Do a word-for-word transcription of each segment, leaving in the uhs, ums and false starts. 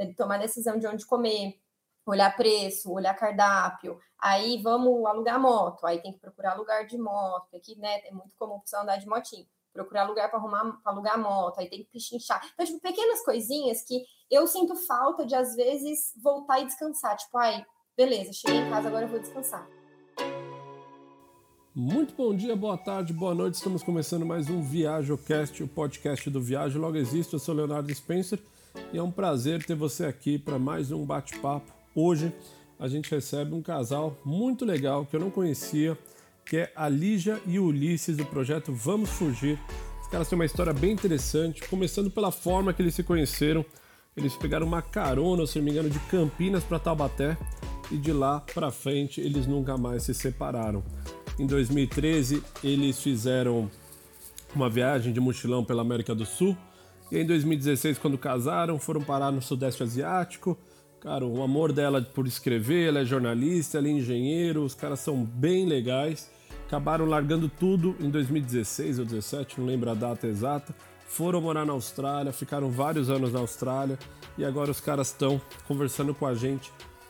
tomar decisão de onde comer, olhar preço, olhar cardápio, aí vamos alugar moto, aí tem que procurar lugar de moto, porque, né, é muito comum o pessoal andar de motinho, procurar lugar para arrumar, para alugar moto, aí tem que pichinchar. Então, tipo, pequenas coisinhas que eu sinto falta de, às vezes, voltar e descansar. Tipo, ai, beleza, cheguei em casa, agora eu vou descansar. Muito bom dia, boa tarde, boa noite. Estamos começando mais um ViajoCast, o podcast do Viajo Logo Existe. Eu sou Leonardo Spencer e é um prazer ter você aqui para mais um bate-papo. Hoje a gente recebe um casal muito legal que eu não conhecia, que é a Lígia e o Ulisses do projeto Vamos Fugir. Os caras têm uma história bem interessante, começando pela forma que eles se conheceram. Eles pegaram uma carona, se não me engano, de Campinas para Taubaté e de lá para frente eles nunca mais se separaram. Em dois mil e treze, eles fizeram uma viagem de mochilão pela América do Sul. E em dois mil e dezesseis, quando casaram, foram parar no Sudeste Asiático. Cara, o amor dela por escrever, ela é jornalista, ela é engenheiro, os caras são bem legais. Acabaram largando tudo em dois mil e dezesseis ou dezessete, não lembro a data exata. Foram morar na Austrália, ficaram vários anos na Austrália. E agora os caras estão conversando com a gente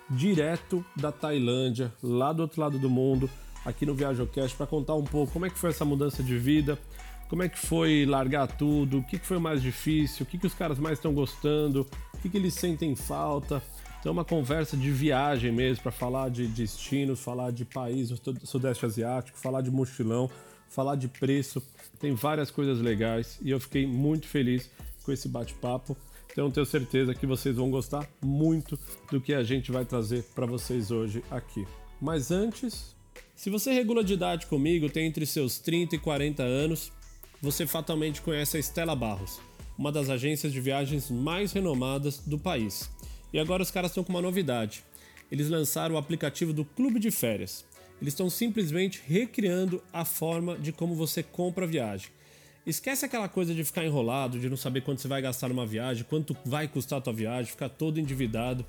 direto da Tailândia, lá do outro lado do mundo, aqui no ViajoCast, para contar um pouco como é que foi essa mudança de vida, como é que foi largar tudo, o que foi mais difícil, o que os caras mais estão gostando, o que eles sentem falta. Então é uma conversa de viagem mesmo, para falar de destinos, falar de país do Sudeste Asiático, falar de mochilão, falar de preço. Tem várias coisas legais e eu fiquei muito feliz com esse bate-papo. Então tenho certeza que vocês vão gostar muito do que a gente vai trazer para vocês hoje aqui. Mas antes, se você regula de idade comigo, tem entre seus trinta e quarenta anos, você fatalmente conhece a Stella Barros, uma das agências de viagens mais renomadas do país. E agora os caras estão com uma novidade. Eles lançaram o aplicativo do Clube de Férias. Eles estão simplesmente recriando a forma de como você compra a viagem. Esquece aquela coisa de ficar enrolado, de não saber quanto você vai gastar numa viagem, quanto vai custar a tua viagem, ficar todo endividado.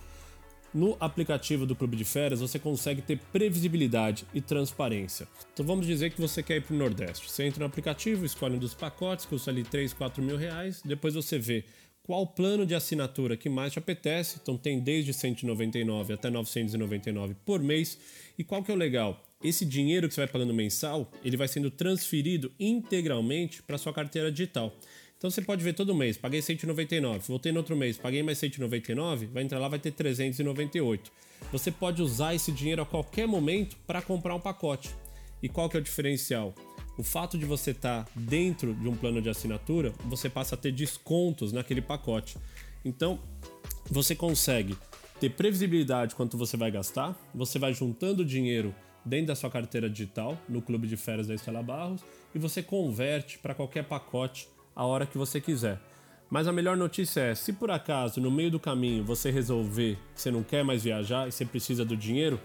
No aplicativo do Clube de Férias você consegue ter previsibilidade e transparência. Então vamos dizer que você quer ir para o Nordeste. Você entra no aplicativo, escolhe um dos pacotes, custa ali três, quatro mil reais. Depois você vê qual plano de assinatura que mais te apetece. Então tem desde cento e noventa e nove até novecentos e noventa e nove por mês. E qual que é o legal? Esse dinheiro que você vai pagando mensal, ele vai sendo transferido integralmente para sua carteira digital. Então você pode ver todo mês, paguei cento e noventa e nove, voltei no outro mês, paguei mais cento e noventa e nove, vai entrar lá, vai ter trezentos e noventa e oito. Você pode usar esse dinheiro a qualquer momento para comprar um pacote. E qual que é o diferencial? O fato de você estar dentro de um plano de assinatura, você passa a ter descontos naquele pacote. Então você consegue ter previsibilidade quanto você vai gastar, você vai juntando dinheiro dentro da sua carteira digital, no Clube de Férias da Stella Barros, e você converte para qualquer pacote a hora que você quiser. Mas a melhor notícia é, se por acaso no meio do caminho você resolver que você não quer mais viajar e você precisa do dinheiro,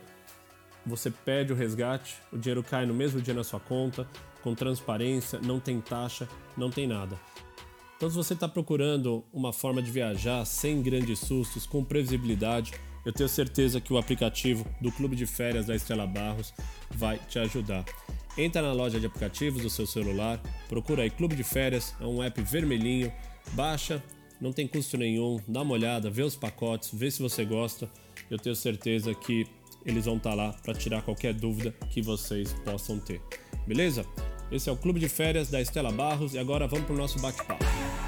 você pede o resgate, o dinheiro cai no mesmo dia na sua conta, com transparência, não tem taxa, não tem nada. Então se você está procurando uma forma de viajar sem grandes sustos, com previsibilidade, eu tenho certeza que o aplicativo do Clube de Férias da Stella Barros vai te ajudar. Entra na loja de aplicativos do seu celular, procura aí Clube de Férias, é um app vermelhinho, baixa, não tem custo nenhum, dá uma olhada, vê os pacotes, vê se você gosta. Eu tenho certeza que eles vão estar lá para tirar qualquer dúvida que vocês possam ter. Beleza? Esse é o Clube de Férias da Stella Barros e agora vamos para o nosso bate-papo.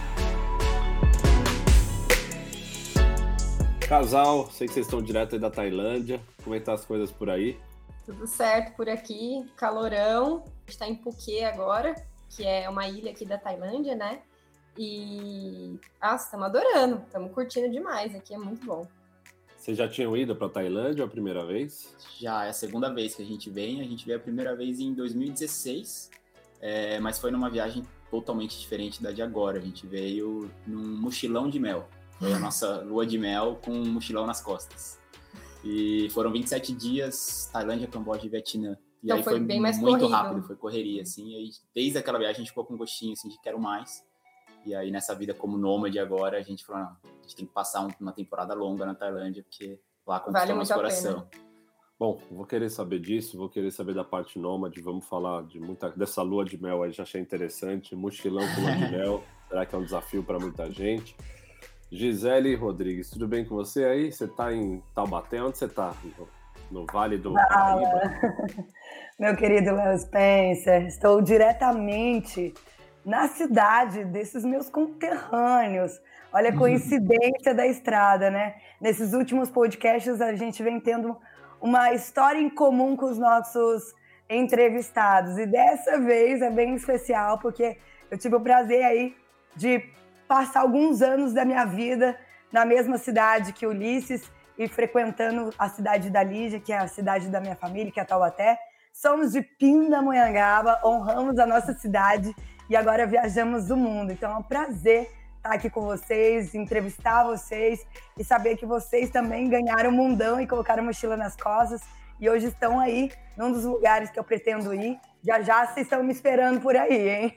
Casal, sei que vocês estão direto aí da Tailândia, como é que tá as coisas por aí? Tudo certo por aqui, calorão. A gente tá em Phuket agora, que é uma ilha aqui da Tailândia, né? E, nossa, estamos adorando, estamos curtindo demais aqui, é muito bom. Vocês já tinham ido para Tailândia a primeira vez? Já, é a segunda vez que a gente vem. A gente veio a primeira vez em dois mil e dezesseis, é, mas foi numa viagem totalmente diferente da de agora. A gente veio num mochilão de mel. Foi a nossa lua de mel com um mochilão nas costas. E foram vinte e sete dias, Tailândia, Camboja e Vietnã. E então aí foi, foi bem mais muito corrido. rápido, foi correria, assim. E aí, desde aquela viagem a gente ficou com um gostinho, assim, de quero mais. E aí nessa vida como nômade agora, a gente falou, não, a gente tem que passar uma temporada longa na Tailândia, porque lá conquistou nosso coração. Bom, vou querer saber disso, vou querer saber da parte nômade, vamos falar de muita, dessa lua de mel aí, já achei interessante, mochilão com lua de mel, será que é um desafio para muita gente? Gisele Rodrigues, tudo bem com você aí? Você tá em Taubaté? Onde você tá? No, no Vale do Fala, Paraíba? meu querido Léo Spencer. Estou diretamente na cidade desses meus conterrâneos. Olha a coincidência da estrada, né? Nesses últimos podcasts a gente vem tendo uma história em comum com os nossos entrevistados. E dessa vez é bem especial, porque eu tive o prazer aí de passar alguns anos da minha vida na mesma cidade que Ulisses e frequentando a cidade da Lígia, que é a cidade da minha família, que é Taubaté. Somos de Pindamonhangaba, honramos a nossa cidade e agora viajamos o mundo. Então é um prazer estar aqui com vocês, entrevistar vocês e saber que vocês também ganharam o mundão e colocaram mochila nas costas e hoje estão aí num dos lugares que eu pretendo ir. Já já vocês estão me esperando por aí, hein?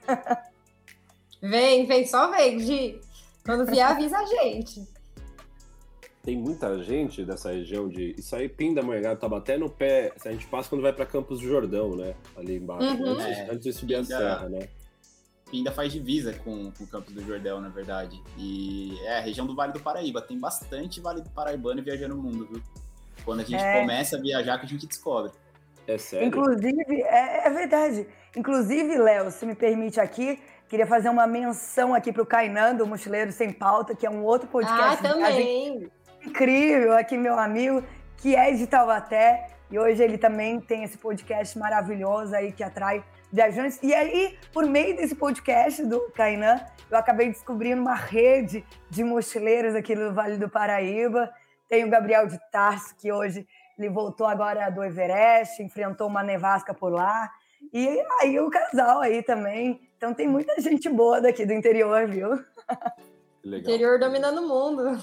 Vem, vem, só vem, Gi. Quando vier, avisa a gente. Tem muita gente dessa região de... Isso aí, Pindamonhangaba, Taubaté no pé... A gente passa quando vai para Campos do Jordão, né? Ali embaixo, uhum. antes, é, antes de subir a serra, né? Pinda faz divisa com, com Campos do Jordão, na verdade. E é a região do Vale do Paraíba. Tem bastante Vale do Paraibano viajando no mundo, viu? Quando a gente é. começa a viajar, que a gente descobre. É sério? Inclusive, é, é verdade. Inclusive, Léo, se me permite aqui, queria fazer uma menção aqui para o Kainan, do Mochileiro Sem Pauta, que é um outro podcast. Ah, também! Incrível, aqui meu amigo, que é de Taubaté, e hoje ele também tem esse podcast maravilhoso aí que atrai viajantes. E aí, por meio desse podcast do Kainan, eu acabei descobrindo uma rede de mochileiros aqui no Vale do Paraíba. Tem o Gabriel de Tarso, que hoje ele voltou agora do Everest, enfrentou uma nevasca por lá. E aí o casal aí também. Então tem muita gente boa daqui do interior, viu? Legal. Interior dominando o mundo.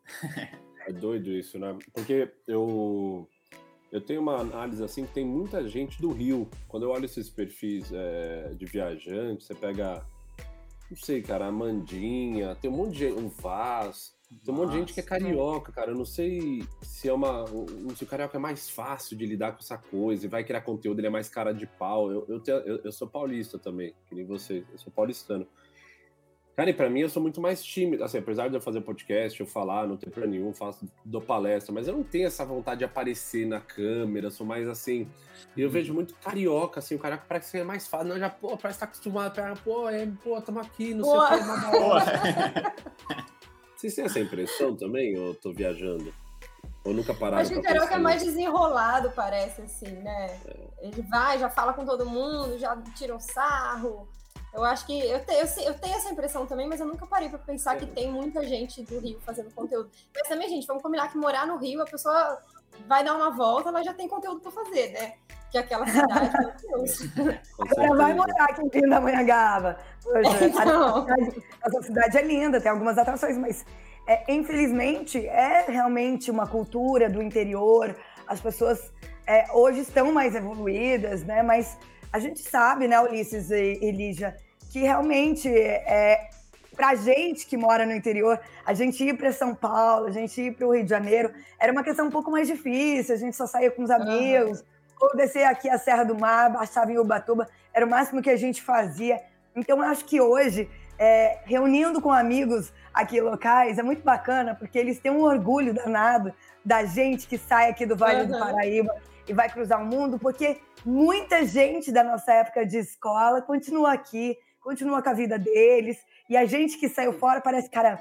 É doido isso, né? Porque eu, eu tenho uma análise assim que tem muita gente do Rio. Quando eu olho esses perfis é, de viajante, você pega, não sei, cara, a Mandinha, tem um monte de gente, o Vaz, tem um monte de gente que é carioca, cara. Eu não sei se é uma. Se o carioca é mais fácil de lidar com essa coisa e vai criar conteúdo, ele é mais cara de pau. Eu, eu, tenho, eu, eu sou paulista também, que nem você, eu sou paulistano. Cara, e pra mim eu sou muito mais tímido, assim, apesar de eu fazer podcast, eu falar, não tem problema nenhum, faço, dou palestra, mas eu não tenho essa vontade de aparecer na câmera, sou mais assim, e eu vejo muito carioca, assim, o carioca parece que é mais fácil, não, já, pô, parece que tá acostumado, pega, pô, é, pô, tamo aqui, não Pô. sei o que, uma hora. Vocês têm essa impressão também, ou eu tô viajando? Ou nunca pararam Acho que o pra carioca pensar é mais nisso? desenrolado, parece, assim, né? É. Ele vai, já fala com todo mundo, já tira um sarro. Eu acho que eu, te, eu, eu tenho essa impressão também, mas eu nunca parei pra pensar que tem muita gente do Rio fazendo conteúdo. Mas também, gente, vamos combinar que morar no Rio, a pessoa vai dar uma volta, ela já tem conteúdo pra fazer, né? Que aquela cidade, meu Deus. Ela vai morar aqui em Pindamonhangaba. Poxa, Então. a cidade, essa cidade é linda, tem algumas atrações, mas é, infelizmente é realmente uma cultura do interior. As pessoas é, hoje estão mais evoluídas, né? Mas a gente sabe, né, Ulisses e, e Lígia, que realmente é, pra gente que mora no interior, a gente ir para São Paulo, a gente ir para o Rio de Janeiro, era uma questão um pouco mais difícil, a gente só saía com os amigos, uhum. ou descer aqui a Serra do Mar, baixava em Ubatuba, era o máximo que a gente fazia. Então, eu acho que hoje, é, reunindo com amigos aqui locais, é muito bacana, porque eles têm um orgulho danado da gente que sai aqui do Vale uhum. do Paraíba e vai cruzar o mundo, porque muita gente da nossa época de escola continua aqui, continua com a vida deles, e a gente que saiu fora parece, cara,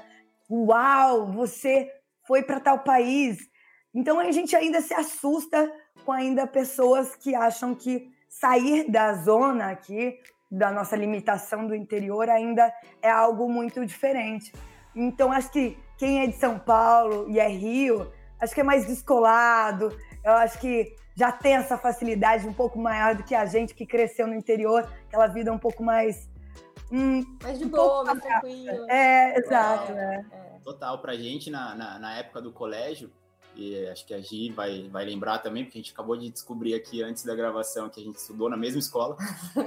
uau, você foi para tal país. Então a gente ainda se assusta com ainda pessoas que acham que sair da zona aqui, da nossa limitação do interior, ainda é algo muito diferente. Então acho que quem é de São Paulo e é Rio, acho que é mais descolado, eu acho que já tem essa facilidade um pouco maior do que a gente que cresceu no interior, aquela vida um pouco mais... Hum, mais de um boa, mais tranquila. É, exato. É, é. Total, pra gente, na, na, na época do colégio, e acho que a Gi vai, vai lembrar também, porque a gente acabou de descobrir aqui antes da gravação que a gente estudou na mesma escola,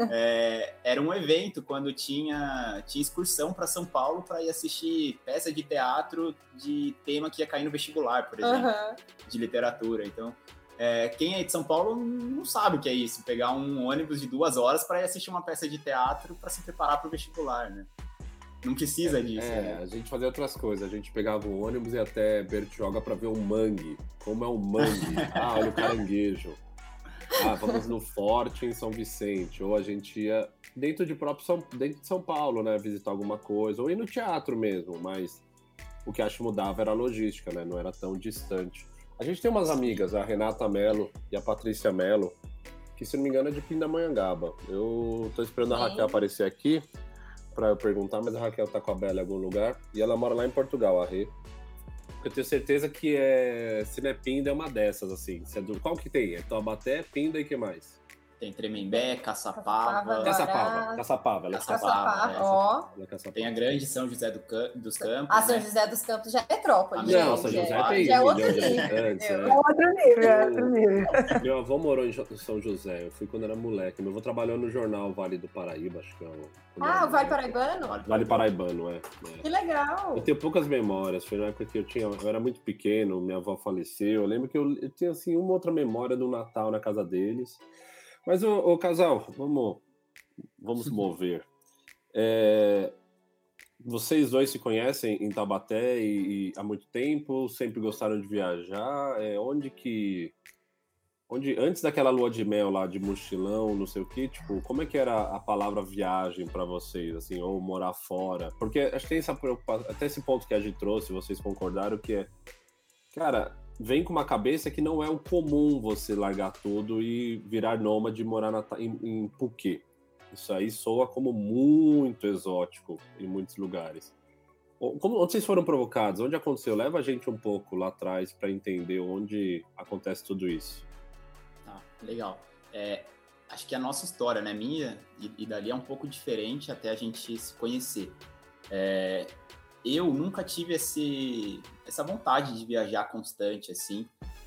é, era um evento quando tinha, tinha excursão para São Paulo para ir assistir peça de teatro de tema que ia cair no vestibular, por exemplo, uhum. de literatura. Então, é, quem é de São Paulo não sabe o que é isso, pegar um ônibus de duas horas para ir assistir uma peça de teatro para se preparar para o vestibular, né? Não precisa disso. É, né? A gente fazia outras coisas. A gente pegava um ônibus e ia até Bertioga pra ver um mangue. Como é um mangue? Ah, olha o caranguejo. Ah, vamos no Forte em São Vicente. Ou a gente ia dentro de próprio São, dentro de São Paulo, né? Visitar alguma coisa. Ou ir no teatro mesmo, mas o que acho que mudava era a logística, né? Não era tão distante. A gente tem umas amigas, a Renata Mello e a Patrícia Mello, que, se não me engano, é de Pindamonhangaba. Eu tô esperando a Raquel aparecer aqui pra eu perguntar, mas a Raquel tá com a Bela em algum lugar. E ela mora lá em Portugal, a Rê. Eu tenho certeza que é... se não é Pinda, é uma dessas, assim. Se é do... Qual que tem? É Taubaté, Pinda e que mais? Tem Tremembé, Caçapava. Caçapava, Caçapava. Ela é Caçapava, ó. Ela é Caçapava. Tem a grande São José do Cam- dos Campos. Ah, São né? José dos Campos já é metrópole. Ah, gente. Não, São José já, tem já é um outro milhão de nível. habitantes, entendeu? é. É outro nível, é outro nível. Meu avô morou em São José, eu fui quando era moleque. Meu avô trabalhou no jornal Vale do Paraíba, acho que é o... Ah, o Vale Paraibano? Vale Paraibano, é. Que é. legal. Eu tenho poucas memórias, foi na época que eu tinha, eu era muito pequeno, minha avó faleceu. Eu lembro que eu, eu tinha assim uma outra memória do Natal na casa deles. Mas o, o casal, vamos, vamos mover. É, vocês dois se conhecem em Taubaté e, e há muito tempo, sempre gostaram de viajar. É, onde que, onde antes daquela lua de mel lá de mochilão, não sei o que, tipo, como é que era a palavra viagem para vocês, assim, ou morar fora? Porque acho que tem essa preocupação, até esse ponto que a gente trouxe, vocês concordaram que é, cara, vem com uma cabeça que não é o comum você largar tudo e virar nômade e morar na, em, em Phuket. Isso aí soa como muito exótico em muitos lugares. Como, onde vocês foram provocados? Onde aconteceu? Leva a gente um pouco lá atrás para entender onde acontece tudo isso. Tá, legal. É, acho que a nossa história, né, minha e, e dali é um pouco diferente até a gente se conhecer. É, eu nunca tive esse, essa vontade de viajar constante, assim,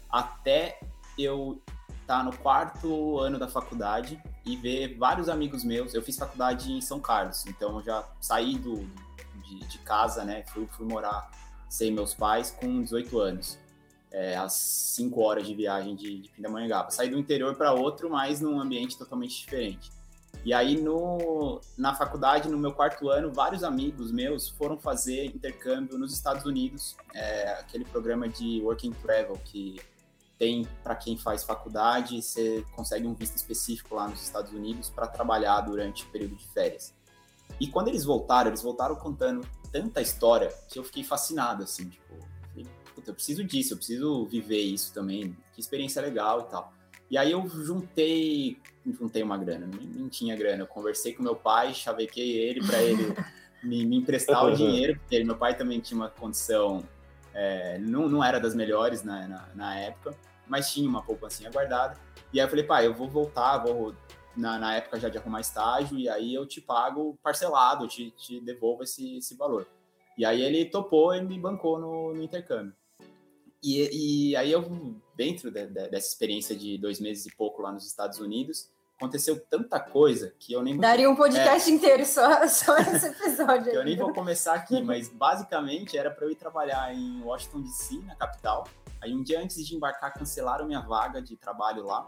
até eu estar tá no quarto ano da faculdade e ver vários amigos meus. Eu fiz faculdade em São Carlos, então eu já saí do, de, de casa, né, fui, fui morar sem meus pais com dezoito anos. É, às cinco horas de viagem de, de Pindamonhangaba. Saí do interior para outro, mas num ambiente totalmente diferente. E aí, no, na faculdade, no meu quarto ano, vários amigos meus foram fazer intercâmbio nos Estados Unidos, é, aquele programa de Work and Travel que tem para quem faz faculdade, você consegue um visto específico lá nos Estados Unidos para trabalhar durante o período de férias. E quando eles voltaram, eles voltaram contando tanta história que eu fiquei fascinado, assim, tipo, puta, eu preciso disso, eu preciso viver isso também, que experiência legal e tal. E aí eu juntei, juntei uma grana, nem, nem tinha grana, eu conversei com meu pai, chavequei ele para ele me, me emprestar o dinheiro, porque meu pai também tinha uma condição, é, não, não era das melhores na, na, na época, mas tinha uma poupancinha guardada. E aí eu falei, pai, eu vou voltar, vou na, na época já de arrumar estágio, e aí eu te pago parcelado, te, te devolvo esse, esse valor. E aí ele topou e me bancou no, no intercâmbio. E, e aí eu, dentro de, de, dessa experiência de dois meses e pouco lá nos Estados Unidos, aconteceu tanta coisa que eu nem... Daria um podcast é, inteiro só, só esse episódio. Eu nem vou começar aqui, mas basicamente era para eu ir trabalhar em Washington D C, na capital. Aí um dia antes de embarcar, cancelaram minha vaga de trabalho lá.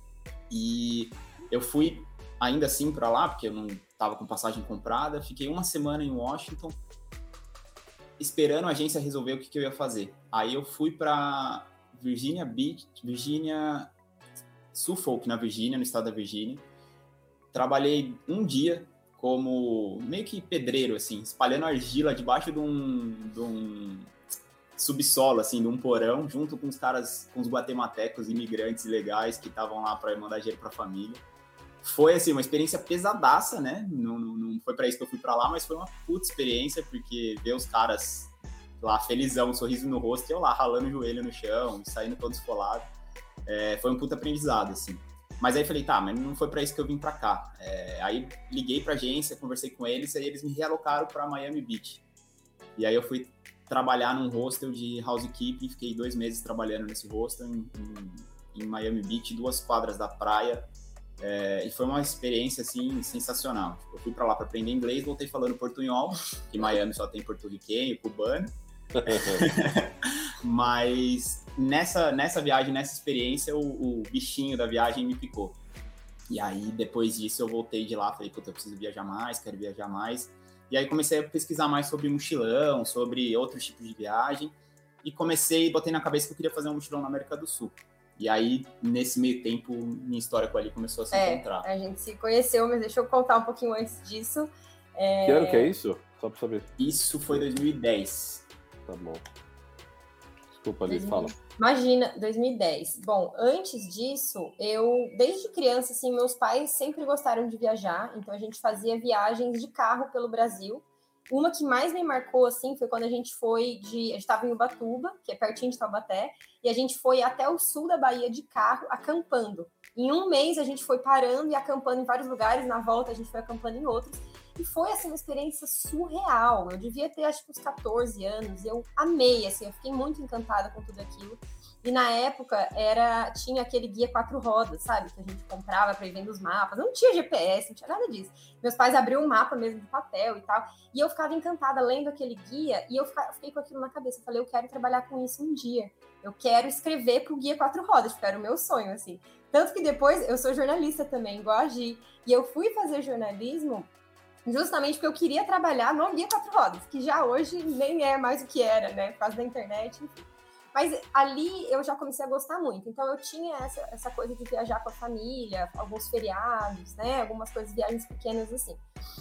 E eu fui ainda assim para lá, porque eu não estava com passagem comprada. Fiquei uma semana em Washington, esperando a agência resolver o que, que eu ia fazer. Aí eu fui para Virginia Beach, Virginia, Suffolk, na Virgínia, no estado da Virgínia. Trabalhei um dia como meio que pedreiro, assim, espalhando argila debaixo de um, de um subsolo, assim, de um porão, junto com os caras, com os guatemaltecos, imigrantes ilegais que estavam lá para mandar dinheiro para a família. Foi, assim, uma experiência pesadaça, né? Não, não, não foi para isso que eu fui para lá, mas foi uma puta experiência, porque ver os caras lá felizão, um sorriso no rosto, e eu lá ralando o joelho no chão, saindo todo esfolado. É, foi um puta aprendizado, assim. Mas aí falei, tá, mas não foi para isso que eu vim para cá. É, aí liguei pra agência, conversei com eles, e aí eles me realocaram para Miami Beach. E aí eu fui trabalhar num hostel de housekeeping, fiquei dois meses trabalhando nesse hostel em, em, em Miami Beach, duas quadras da praia. É, e foi uma experiência, assim, sensacional. Eu fui para lá para aprender inglês, voltei falando portunhol, que Miami só tem porto-riquenho, cubano. Mas nessa, nessa viagem, nessa experiência, o, o bichinho da viagem me picou. E aí, depois disso, eu voltei de lá, falei, puta, eu preciso viajar mais, quero viajar mais. E aí comecei a pesquisar mais sobre mochilão, sobre outros tipos de viagem, e comecei, botei na cabeça que eu queria fazer um mochilão na América do Sul. E aí, nesse meio tempo, minha história com a Ali começou a se é, encontrar. A gente se conheceu, mas deixa eu contar um pouquinho antes disso. É... Que ano que é isso? Só pra saber. Isso foi dois mil e dez. Tá bom. Desculpa, Liz, fala. Imagina, dois mil e dez. Bom, antes disso, eu, desde criança, assim, meus pais sempre gostaram de viajar, então a gente fazia viagens de carro pelo Brasil. Uma que mais me marcou, assim, foi quando a gente foi de... A gente estava em Ubatuba, que é pertinho de Taubaté, e a gente foi até o sul da Bahia de carro, acampando. Em um mês, a gente foi parando e acampando em vários lugares, na volta a gente foi acampando em outros, e foi, assim, uma experiência surreal. Eu devia ter, acho que, uns catorze anos, e eu amei, assim, eu fiquei muito encantada com tudo aquilo. E na época era, tinha aquele guia quatro rodas, sabe? Que a gente comprava para ir vendo os mapas. Não tinha G P S, não tinha nada disso. Meus pais abriam um mapa mesmo de papel e tal. E eu ficava encantada lendo aquele guia e eu fiquei com aquilo na cabeça. Eu falei, eu quero trabalhar com isso um dia. Eu quero escrever para o guia quatro rodas, porque era o meu sonho, assim. Tanto que depois eu sou jornalista também, igual a Gi. E eu fui fazer jornalismo justamente porque eu queria trabalhar no guia quatro rodas, que já hoje nem é mais o que era, né? Por causa da internet, enfim. Mas ali eu já comecei a gostar muito. Então eu tinha essa, essa coisa de viajar com a família, alguns feriados, né? Algumas coisas, viagens pequenas assim.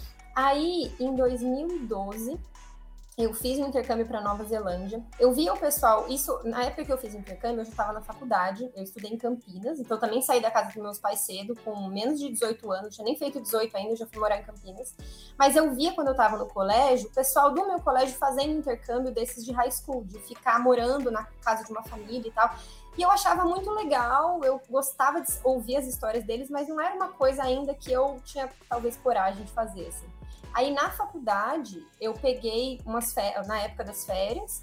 Aí, em dois mil e doze, eu fiz um intercâmbio para Nova Zelândia. Eu via o pessoal, isso, na época que eu fiz o intercâmbio, eu já estava na faculdade, eu estudei em Campinas, então eu também saí da casa dos meus pais cedo, com menos de dezoito anos, tinha nem feito dezoito ainda, já fui morar em Campinas. Mas eu via quando eu estava no colégio, o pessoal do meu colégio fazendo intercâmbio desses de high school, de ficar morando na casa de uma família e tal. E eu achava muito legal, eu gostava de ouvir as histórias deles, mas não era uma coisa ainda que eu tinha, talvez, coragem de fazer, assim. Aí, na faculdade, eu peguei umas férias, na época das férias,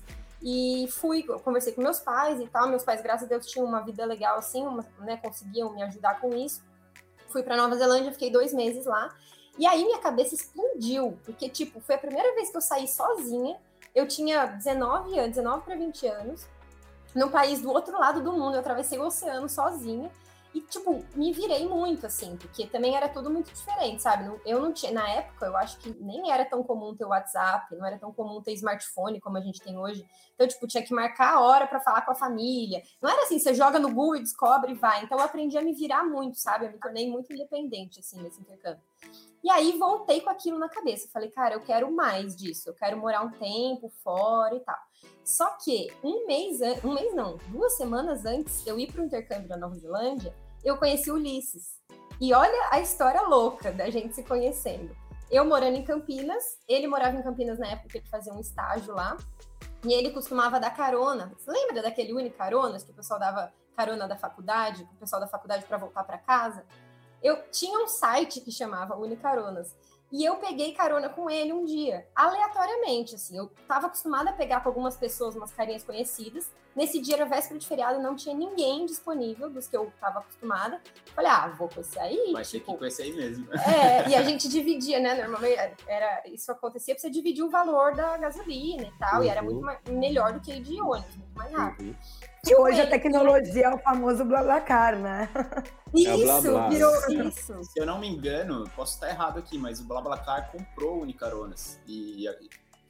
e fui, eu conversei com meus pais e tal. Meus pais, graças a Deus, tinham uma vida legal assim, uma, né, conseguiam me ajudar com isso. Fui para Nova Zelândia, fiquei dois meses lá. E aí, minha cabeça explodiu, porque, tipo, foi a primeira vez que eu saí sozinha. Eu tinha dezenove anos, dezenove para vinte anos, num país do outro lado do mundo. Eu atravessei o oceano sozinha. E, tipo, me virei muito, assim, porque também era tudo muito diferente, sabe? Eu não tinha, na época, eu acho que nem era tão comum ter WhatsApp, não era tão comum ter smartphone como a gente tem hoje. Então, tipo, tinha que marcar a hora para falar com a família. Não era assim, você joga no Google e descobre e vai. Então, eu aprendi a me virar muito, sabe? Eu me tornei muito independente, assim, nesse intercâmbio. E aí, voltei com aquilo na cabeça. Falei, cara, eu quero mais disso. Eu quero morar um tempo fora e tal. Só que, um mês, um mês não, duas semanas antes de eu ir para o intercâmbio na Nova Zelândia, eu conheci o Ulisses. E olha a história louca da gente se conhecendo. Eu morando em Campinas, ele morava em Campinas na época que ele fazia um estágio lá, e ele costumava dar carona. Você lembra daquele Unicaronas, que o pessoal dava carona da faculdade, o pessoal da faculdade para voltar para casa? Eu tinha um site que chamava Unicaronas, e eu peguei carona com ele um dia, aleatoriamente, assim. Eu estava acostumada a pegar com algumas pessoas, umas carinhas conhecidas. Nesse dia era véspera de feriado, não tinha ninguém disponível dos que eu estava acostumada. Falei, ah, vou com esse aí. Vai tipo, ter que ir com esse aí mesmo. É, e a gente dividia, né? Normalmente era, isso acontecia pra você dividir o valor da gasolina e tal, uhum. E era muito mais, melhor do que ir de ônibus, muito mais rápido. Uhum. E hoje a tecnologia é o famoso BlaBlaCar, né? Isso, é blá, blá. virou isso. Se eu não me engano, posso estar errado aqui, mas o BlaBlaCar comprou o Unicaronas e, e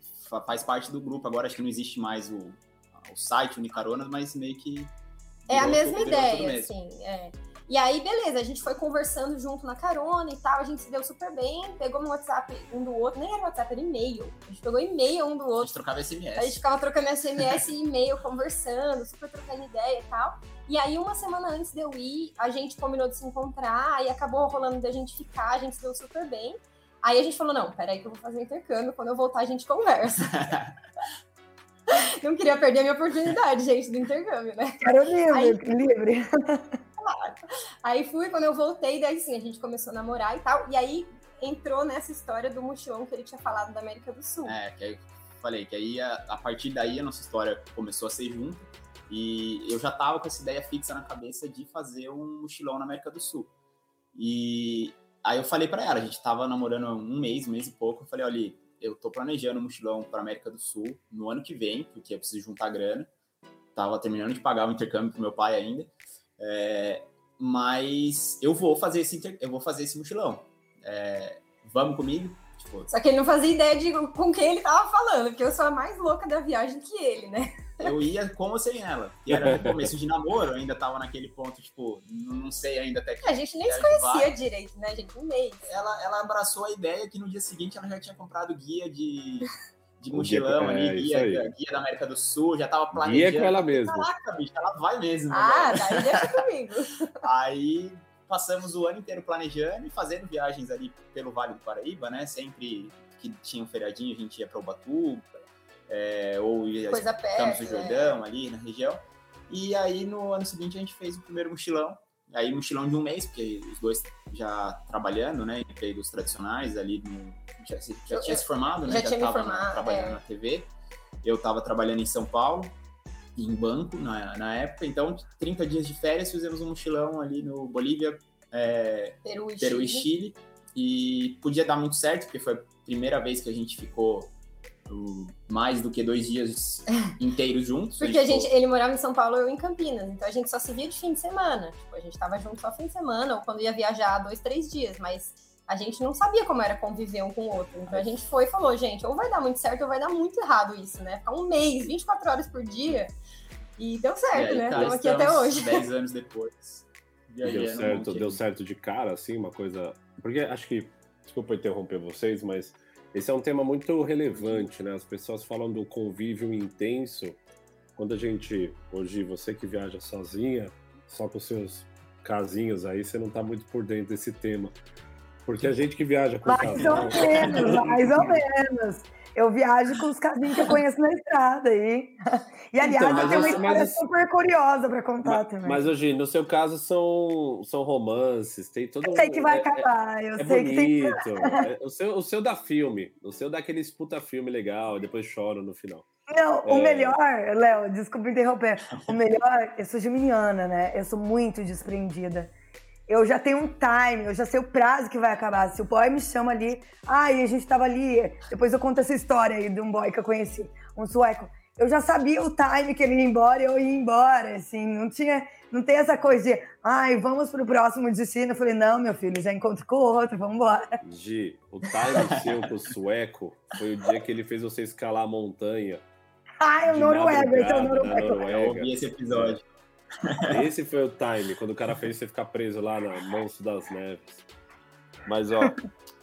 faz parte do grupo. Agora acho que não existe mais o, o site Unicaronas, mas meio que... É a mesma ideia, assim, é. E aí, beleza, a gente foi conversando junto na carona e tal, a gente se deu super bem, pegou no WhatsApp um do outro, nem era WhatsApp, era e-mail. A gente pegou e-mail um do outro. A gente trocava S M S. A gente ficava trocando S M S e e-mail, conversando, super trocando ideia e tal. E aí, uma semana antes de eu ir, a gente combinou de se encontrar, aí acabou rolando da gente ficar, a gente se deu super bem. Aí a gente falou, não, peraí que eu vou fazer um intercâmbio, quando eu voltar a gente conversa. Não queria perder a minha oportunidade, gente, do intercâmbio, né? Quero livre, aí, livre. Claro. Aí fui, quando eu voltei, daí sim, a gente começou a namorar e tal, e aí entrou nessa história do mochilão que ele tinha falado da América do Sul. É, que aí falei que aí a, a partir daí a nossa história começou a ser junto, e eu já tava com essa ideia fixa na cabeça de fazer um mochilão na América do Sul. E aí eu falei pra ela, a gente tava namorando um mês, um mês e pouco, eu falei, olha, eu tô planejando um mochilão pra América do Sul no ano que vem, porque eu preciso juntar grana, tava terminando de pagar o intercâmbio pro meu pai ainda, é, mas eu vou fazer esse, inter... eu vou fazer esse mochilão. É, vamos comigo? Tipo, só que ele não fazia ideia de com quem ele tava falando, porque eu sou a mais louca da viagem que ele, né? Eu ia com ou sem ela. E era no começo de namoro, eu ainda tava naquele ponto, tipo, não sei ainda até que... A gente nem se conhecia direito, né, gente? Um mês. Ela, ela abraçou a ideia que no dia seguinte ela já tinha comprado guia de, de mochilão é, ali, guia, guia da América do Sul, já tava planejando. Guia com ela mesma. Caraca, bicho, ela vai mesmo. Ah, daí deixa comigo. Aí passamos o ano inteiro planejando e fazendo viagens ali pelo Vale do Paraíba, né? Sempre que tinha um feriadinho a gente ia para Ubatuba, é, ou ia Coisa perto, no Jordão, né? Ali na região. E aí no ano seguinte a gente fez o primeiro mochilão. Aí mochilão de um mês, porque os dois já trabalhando, né? Empregos tradicionais ali, no, já, já tinha se formado, né? Já, já tinha tava me formado, trabalhando é. na T V. Eu estava trabalhando em São Paulo, em banco na, na época. Então, trinta dias de férias, fizemos um mochilão ali no Bolívia, é, Peru, e, Peru Chile. e Chile. E podia dar muito certo, porque foi a primeira vez que a gente ficou uh, mais do que dois dias inteiros juntos. Porque a gente, ficou... ele morava em São Paulo, eu em Campinas, então a gente só se via de fim de semana. Tipo, a gente tava junto só fim de semana, ou quando ia viajar dois, três dias, mas a gente não sabia como era conviver um com o outro. Então a gente foi e falou, gente, ou vai dar muito certo ou vai dar muito errado isso, né? Ficar um mês, vinte e quatro horas por dia, e deu certo, e aí, né? cara, Estamos aqui até hoje. dez anos depois. Deu certo, deu certo de cara, assim, uma coisa... Porque acho que, desculpa interromper vocês, mas esse é um tema muito relevante, né? As pessoas falam do convívio intenso. Quando a gente, hoje, você que viaja sozinha, só com seus casinhos aí, você não tá muito por dentro desse tema. Porque a gente que viaja com mais casal... ou menos, mais ou menos. Eu viajo com os casinhos que eu conheço na estrada aí. E, aliás, Então, eu tenho uma você, história mas, super curiosa para contar mas, também. Mas, hoje, no seu caso, são, são romances, tem todo... Eu sei que vai é, acabar, eu é sei bonito. que tem... é, o, seu, o seu dá filme, o seu dá aquele puta filme legal, e depois chora no final. Não, É... o melhor, Léo, desculpa interromper, o melhor, eu sou geminiana, né? Eu sou muito desprendida. Eu já tenho um time, eu já sei o prazo que vai acabar. Se o boy me chama ali, ai, ah, a gente tava ali, depois eu conto essa história aí de um boy que eu conheci, um sueco. Eu já sabia o time que ele ia embora e eu ia embora, assim, não tinha, não tem essa coisa de, ai, vamos pro próximo destino. Eu falei, não, meu filho, já encontro com o outro, vamos embora. Gi, o time seu com o sueco foi o dia que ele fez você escalar a montanha. Ah, é o Noruega, então é o Noruega. Noruega. Eu ouvi esse episódio. Esse foi o time, quando o cara fez você ficar preso lá na Monstro das Neves. Mas, ó,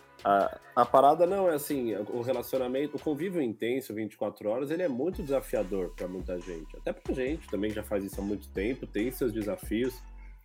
a, a parada não é assim, o relacionamento, o convívio intenso, vinte e quatro horas, ele é muito desafiador pra muita gente. Até pra gente, também já faz isso há muito tempo, tem seus desafios.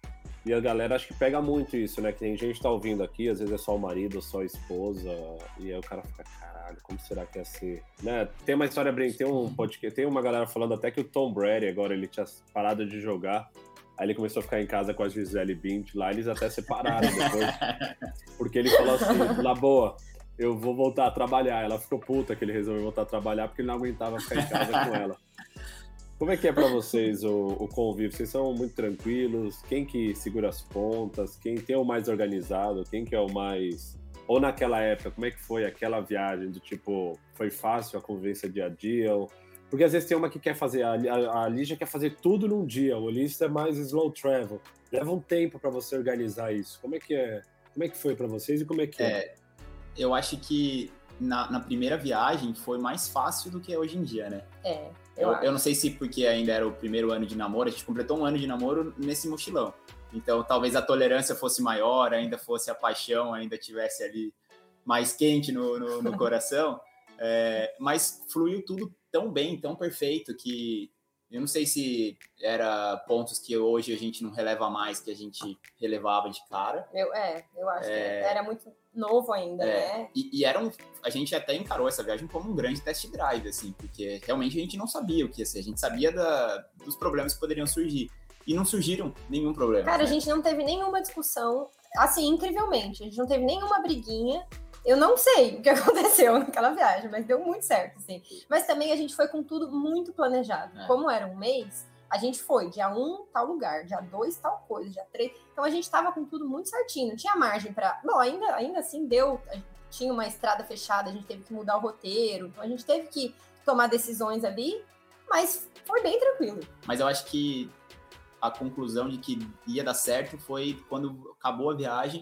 E a galera acho que pega muito isso, né? Que tem gente que tá ouvindo aqui, às vezes é só o marido, só a esposa, e aí o cara fica, caralho, como será que é ser? Né? Tem uma história, tem um podcast, tem uma galera falando até que o Tom Brady agora ele tinha parado de jogar, aí ele começou a ficar em casa com a Gisele Bündchen lá, eles até separaram depois, porque ele falou assim, na boa, eu vou voltar a trabalhar. Ela ficou puta que ele resolveu voltar a trabalhar porque ele não aguentava ficar em casa com ela. Como é que é pra vocês o, o convívio? Vocês são muito tranquilos? Quem que segura as pontas? Quem tem o mais organizado? Quem que é o mais... Ou naquela época, como é que foi aquela viagem? Do tipo, foi fácil a convivência dia a dia? Ou... Porque às vezes tem uma que quer fazer... A, a, a Lígia quer fazer tudo num dia. O Ulisses é mais slow travel. Leva um tempo pra você organizar isso. Como é que é? Como é que foi pra vocês e como é que é? é eu acho que na, na primeira viagem foi mais fácil do que é hoje em dia, né? É. Eu, eu não sei se porque ainda era o primeiro ano de namoro, a gente completou um ano de namoro nesse mochilão. Então, talvez a tolerância fosse maior, ainda fosse a paixão, ainda tivesse ali mais quente no, no, no coração. É, mas fluiu tudo tão bem, tão perfeito, que eu não sei se era pontos que hoje a gente não releva mais, que a gente relevava de cara. Eu, é, eu acho é, que era muito novo ainda, é, né? E, e era um, a gente até encarou essa viagem como um grande test drive, assim, porque realmente a gente não sabia o que ia ser. A gente sabia da, dos problemas que poderiam surgir. E não surgiram nenhum problema. Cara, né? a gente não teve nenhuma discussão, assim, incrivelmente. A gente não teve nenhuma briguinha. Eu não sei o que aconteceu naquela viagem, mas deu muito certo, assim. Mas também a gente foi com tudo muito planejado. É. Como era um mês, a gente foi dia um, tal lugar, dia dois, tal coisa, dia três. Então a gente tava com tudo muito certinho, não tinha margem pra... Bom, ainda, ainda assim deu, tinha uma estrada fechada, a gente teve que mudar o roteiro, então a gente teve que tomar decisões ali, mas foi bem tranquilo. Mas eu acho que a conclusão de que ia dar certo foi quando acabou a viagem,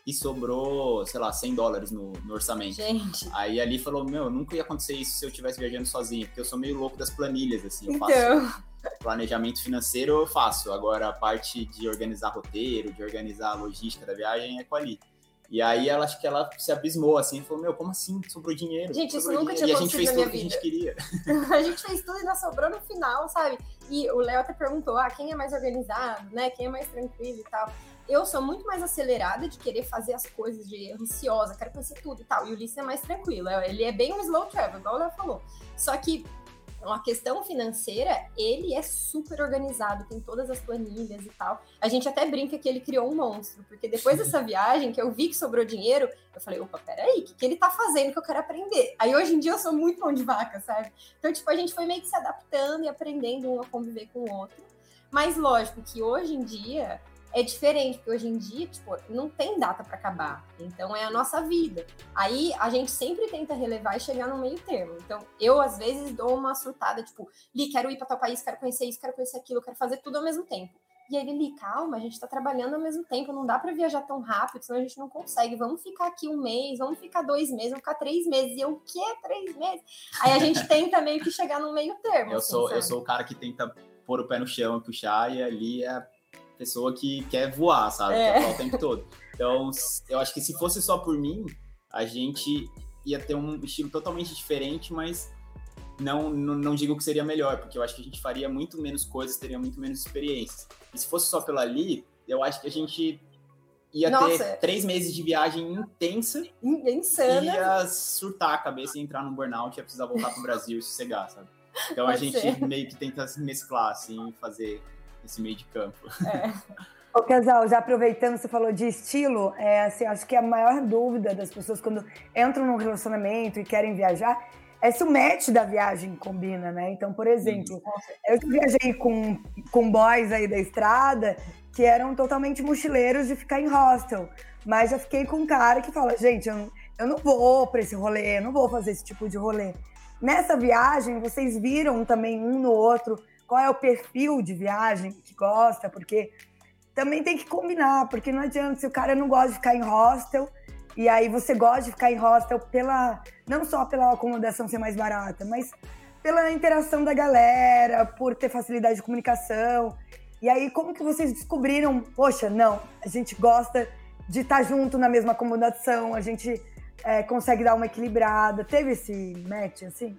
e sobrou, sei lá, cem dólares no, no orçamento. Gente. Aí ali falou, meu, nunca ia acontecer isso se eu estivesse viajando sozinho, porque eu sou meio louco das planilhas, assim, eu Então... faço planejamento financeiro, eu faço, agora a parte de organizar roteiro, de organizar a logística da viagem é com a Ali. E aí ela, acho que ela se abismou, assim, e falou, meu, como assim? Sobrou dinheiro? Gente, isso sobrou nunca dinheiro. tinha E a gente fez tudo o que a gente queria. A gente fez tudo e ainda sobrou no final, sabe? E o Léo até perguntou, ah, quem é mais organizado, né? Quem é mais tranquilo e tal. Eu sou muito mais acelerada de querer fazer as coisas, de ansiosa, quero conhecer tudo e tal. E o Ulisses é mais tranquilo, ele é bem um slow travel, igual o Léo falou. Só que a questão financeira, ele é super organizado, tem todas as planilhas e tal. A gente até brinca que ele criou um monstro, porque depois dessa viagem, que eu vi que sobrou dinheiro, eu falei, opa, peraí, o que, que ele tá fazendo que eu quero aprender? Aí hoje em dia eu sou muito mão de vaca, sabe? Então, tipo, a gente foi meio que se adaptando e aprendendo um a conviver com o outro. Mas lógico que hoje em dia é diferente, porque hoje em dia, tipo, não tem data para acabar. Então, é a nossa vida. Aí, a gente sempre tenta relevar e chegar no meio termo. Então, eu, às vezes, dou uma surtada, tipo, Li, quero ir para tal país, quero conhecer isso, quero conhecer aquilo, quero fazer tudo ao mesmo tempo. E aí, Li, calma, a gente tá trabalhando ao mesmo tempo, não dá para viajar tão rápido, senão a gente não consegue. Vamos ficar aqui um mês, vamos ficar dois meses, vamos ficar três meses. E eu, o quê? Três meses? Aí, a gente tenta meio que chegar no meio termo. Eu, assim, sou, sabe? eu sou o cara que tenta pôr o pé no chão e puxar, e ali é pessoa que quer voar, sabe? É. Quer voar o tempo todo. Então, eu acho que se fosse só por mim, a gente ia ter um estilo totalmente diferente, mas não, não, não digo que seria melhor, porque eu acho que a gente faria muito menos coisas, teria muito menos experiências. E se fosse só pela Ali, eu acho que a gente ia Nossa. ter três meses de viagem intensa, Insana. ia surtar a cabeça e entrar num burnout, ia precisar voltar pro Brasil e sossegar, sabe? Então Pode a gente ser. meio que tenta se mesclar, assim, fazer esse meio de campo. É. Ô, Casal, já aproveitando, você falou de estilo, é, assim, acho que a maior dúvida das pessoas quando entram num relacionamento e querem viajar é se o match da viagem combina, né? Então, por exemplo, eu viajei com, com boys aí da estrada que eram totalmente mochileiros de ficar em hostel, mas já fiquei com um cara que fala, gente, eu, eu não vou pra esse rolê, eu não vou fazer esse tipo de rolê. Nessa viagem, vocês viram também um no outro qual é o perfil de viagem que gosta, porque também tem que combinar, porque não adianta se o cara não gosta de ficar em hostel, e aí você gosta de ficar em hostel pela, não só pela acomodação ser mais barata, mas pela interação da galera, por ter facilidade de comunicação. E aí, como que vocês descobriram, poxa, não, a gente gosta de estar junto na mesma acomodação, a gente é, consegue dar uma equilibrada. Teve esse match, assim?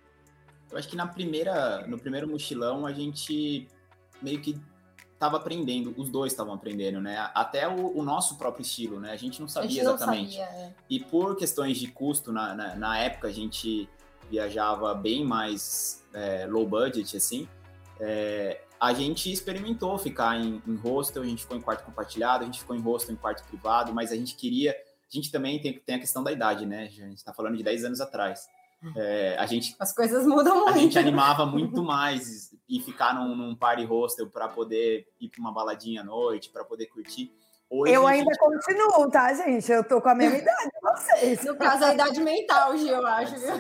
Eu acho que na primeira, no primeiro mochilão a gente meio que estava aprendendo, os dois estavam aprendendo, né? Até o, o nosso próprio estilo, né? A gente não sabia a gente não exatamente. Sabia, é. E por questões de custo, na, na, na época a gente viajava bem mais é, low budget, assim. É, a gente experimentou ficar em, em hostel, a gente ficou em quarto compartilhado, a gente ficou em hostel em quarto privado, mas a gente queria... A gente também tem, tem a questão da idade, né? A gente está falando de dez anos atrás. É, a gente, As coisas mudam muito. A gente animava muito mais e ficar num, num party hostel para poder ir para uma baladinha à noite, para poder curtir. Hoje, eu ainda gente... continuo, tá, gente? Eu tô com a mesma idade que vocês. No caso, a idade mental, Gi, eu acho, viu?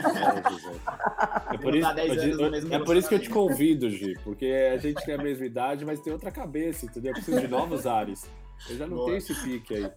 É, é, por isso, é, é por isso que eu te convido, Gi, porque a gente tem a mesma idade, mas tem outra cabeça, entendeu? Eu preciso de novos ares. Eu já não Boa. tenho esse pique aí.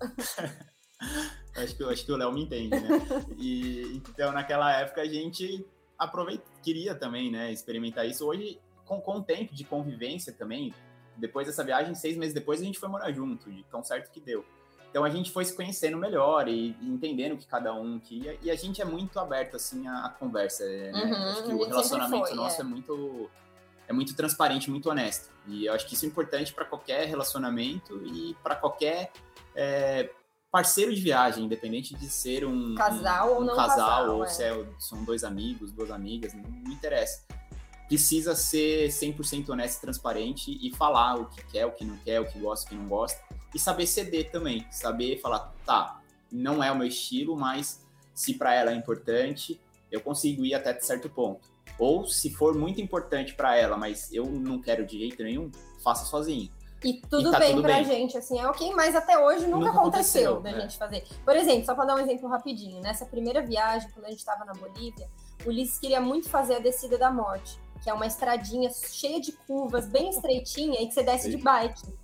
Acho que, acho que o Léo me entende, né? E, então, naquela época, a gente aproveita, queria também, né, experimentar isso. Hoje, com, com o tempo de convivência também, depois dessa viagem, seis meses depois, a gente foi morar junto, de tão certo que deu. Então, a gente foi se conhecendo melhor e, e entendendo o que cada um queria. E a gente é muito aberto, assim, à, à conversa, né? Uhum, acho que o relacionamento foi, nosso é. é muito... é muito transparente, muito honesto. E eu acho que isso é importante para qualquer relacionamento e para qualquer... É, parceiro de viagem, independente de ser um casal um, ou um não casal, casal, ou é. se é, são dois amigos, duas amigas, não, não interessa. Precisa ser cem por cento honesto e transparente e falar o que quer, o que não quer, o que gosta, o que não gosta. E saber ceder também, saber falar, tá, não é o meu estilo, mas se para ela é importante, eu consigo ir até certo ponto. Ou se for muito importante para ela, mas eu não quero de jeito nenhum, faça sozinho. E tudo e tá bem tudo pra bem. gente, assim, é o que mais até hoje nunca, nunca aconteceu, aconteceu da é. gente fazer. Por exemplo, só pra dar um exemplo rapidinho, nessa primeira viagem, quando a gente tava na Bolívia, o Ulisses queria muito fazer a descida da morte, que é uma estradinha cheia de curvas, bem estreitinha, e que você desce de bike.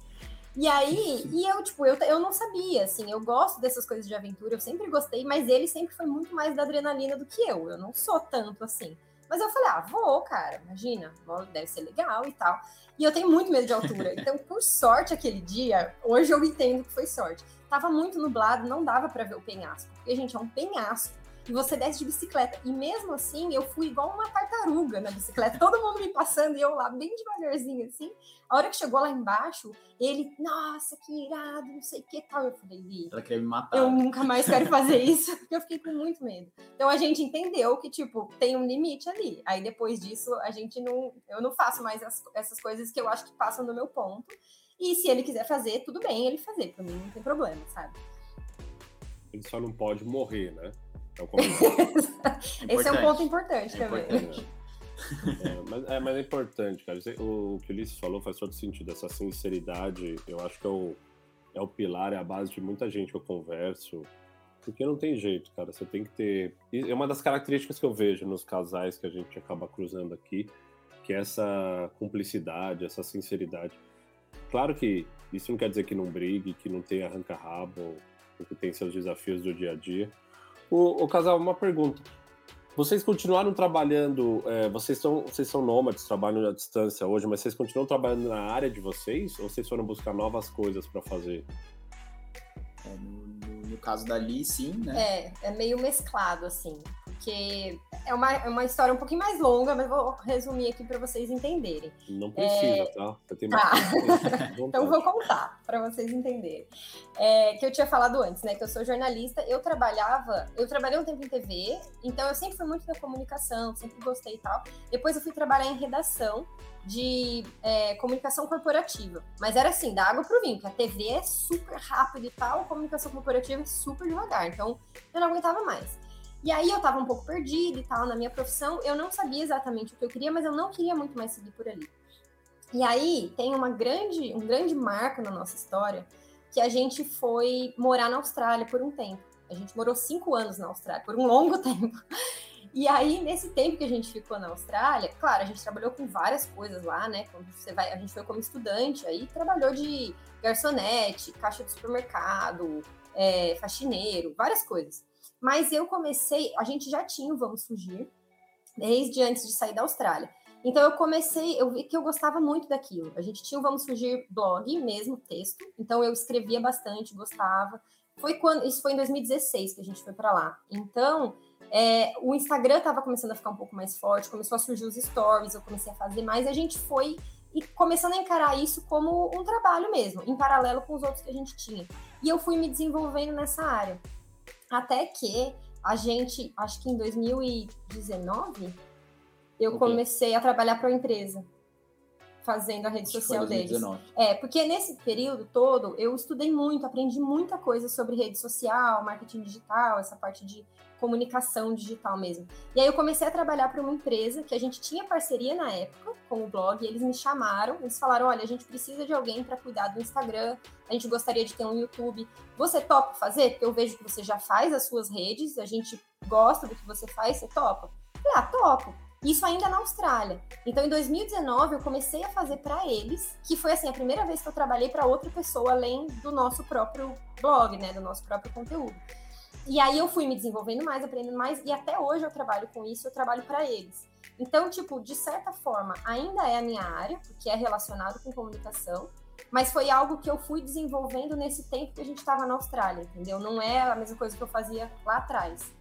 E aí, e eu, tipo, eu, eu não sabia, assim, eu gosto dessas coisas de aventura, eu sempre gostei, mas ele sempre foi muito mais da adrenalina do que eu, eu não sou tanto assim. Mas eu falei, ah, vou, cara, imagina, deve ser legal e tal. E eu tenho muito medo de altura, então, por sorte, aquele dia, hoje eu entendo que foi sorte. Tava muito nublado, não dava pra ver o penhasco, porque, gente, é um penhasco. E você desce de bicicleta. E mesmo assim, eu fui igual uma tartaruga na bicicleta. Todo mundo me passando e eu lá bem devagarzinho, assim. A hora que chegou lá embaixo, ele, nossa, que irado, não sei o que tal. Eu falei, Li, ela queria me matar. Eu nunca mais quero fazer isso. Porque eu fiquei com muito medo. Então a gente entendeu que, tipo, tem um limite ali. Aí depois disso, a gente não... Eu não faço mais as, essas coisas que eu acho que passam do meu ponto. E se ele quiser fazer, tudo bem ele fazer. Pra mim não tem problema, sabe? Ele só não pode morrer, né? É Esse é um ponto importante é também. Importante. É, mas, é, mas é importante, cara. O, o que o Ulisses falou faz todo sentido. Essa sinceridade, eu acho que é o, é o pilar, é a base de muita gente que eu converso. Porque não tem jeito, cara. Você tem que ter... É uma das características que eu vejo nos casais que a gente acaba cruzando aqui, que é essa cumplicidade, essa sinceridade. Claro que isso não quer dizer que não brigue, que não tenha arranca-rabo, que tem seus desafios do dia a dia. O, o casal, uma pergunta. Vocês continuaram trabalhando, é, vocês, são, vocês são nômades, trabalham à distância hoje, mas vocês continuam trabalhando na área de vocês ou vocês foram buscar novas coisas para fazer? É, no, no, no caso da Li, sim, né? É, é meio mesclado, assim, porque é uma, é uma história um pouquinho mais longa, mas vou resumir aqui para vocês entenderem. Não precisa, é... tá? Você tem tá. Então vou contar para vocês entenderem. É, que eu tinha falado antes, né? Que eu sou jornalista, eu trabalhava, eu trabalhei um tempo em T V, então eu sempre fui muito da comunicação, sempre gostei e tal. Depois eu fui trabalhar em redação de é, comunicação corporativa. Mas era assim, da água pro vinho, porque a T V é super rápida e tal, a comunicação corporativa é super devagar. Então eu não aguentava mais. E aí eu tava um pouco perdida e tal na minha profissão, eu não sabia exatamente o que eu queria, mas eu não queria muito mais seguir por ali. E aí tem uma grande, um grande marco na nossa história, que a gente foi morar na Austrália por um tempo. A gente morou cinco anos na Austrália, por um longo tempo. E aí, nesse tempo que a gente ficou na Austrália, claro, a gente trabalhou com várias coisas lá, né? Quando você vai, a gente foi como estudante, aí trabalhou de garçonete, caixa de supermercado, é, faxineiro, várias coisas. Mas eu comecei, a gente já tinha o Vamos Fugir, desde antes de sair da Austrália. Então eu comecei, eu vi que eu gostava muito daquilo. A gente tinha o Vamos Fugir blog, mesmo texto, então eu escrevia bastante, gostava. Foi quando, isso foi em dois mil e dezesseis que a gente foi para lá. Então, é, o Instagram estava começando a ficar um pouco mais forte, começou a surgir os stories, eu comecei a fazer mais, a gente foi e começando a encarar isso como um trabalho mesmo, em paralelo com os outros que a gente tinha. E eu fui me desenvolvendo nessa área. Até que a gente, acho que em dois mil e dezenove, eu okay. comecei a trabalhar para uma empresa, fazendo a rede acho social deles. É, porque nesse período todo, eu estudei muito, aprendi muita coisa sobre rede social, marketing digital, essa parte de comunicação digital mesmo. E aí eu comecei a trabalhar para uma empresa que a gente tinha parceria na época com o blog, e eles me chamaram, eles falaram, olha, a gente precisa de alguém para cuidar do Instagram, a gente gostaria de ter um YouTube. Você topa fazer? Porque eu vejo que você já faz as suas redes, a gente gosta do que você faz, você topa? Eu falei, ah, topo. Isso ainda na Austrália. Então, em dois mil e dezenove, eu comecei a fazer para eles, que foi assim a primeira vez que eu trabalhei para outra pessoa, além do nosso próprio blog, né, do nosso próprio conteúdo. E aí eu fui me desenvolvendo mais, aprendendo mais, e até hoje eu trabalho com isso, eu trabalho para eles. Então, tipo, de certa forma, ainda é a minha área, porque é relacionado com comunicação, mas foi algo que eu fui desenvolvendo nesse tempo que a gente estava na Austrália, entendeu? Não é a mesma coisa que eu fazia lá atrás.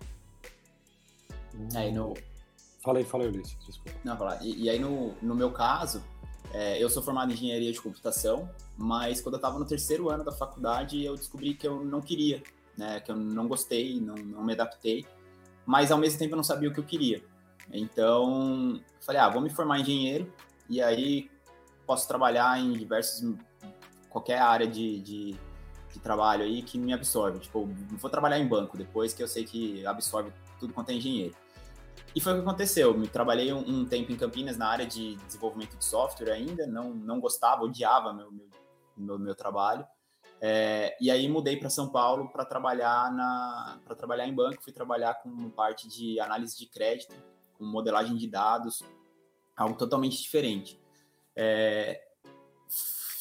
Aí no... Falei, falei, Ulisses, desculpa. Não, falar. E, e aí, no, no meu caso, é, eu sou formado em engenharia de computação, mas quando eu estava no terceiro ano da faculdade, eu descobri que eu não queria, né? Que eu não gostei, não, não me adaptei, mas ao mesmo tempo eu não sabia o que eu queria. Então, falei, ah, vou me formar em engenheiro, e aí posso trabalhar em diversos, qualquer área de, de, de trabalho aí que me absorve. Tipo, vou trabalhar em banco depois, que eu sei que absorve tudo quanto é engenheiro. E foi o que aconteceu. Eu trabalhei um, um tempo em Campinas na área de desenvolvimento de software ainda, não, não gostava, odiava meu, meu, meu, meu trabalho. É, e aí mudei para São Paulo para trabalhar, na, para trabalhar em banco, fui trabalhar com parte de análise de crédito, com modelagem de dados, algo totalmente diferente. É,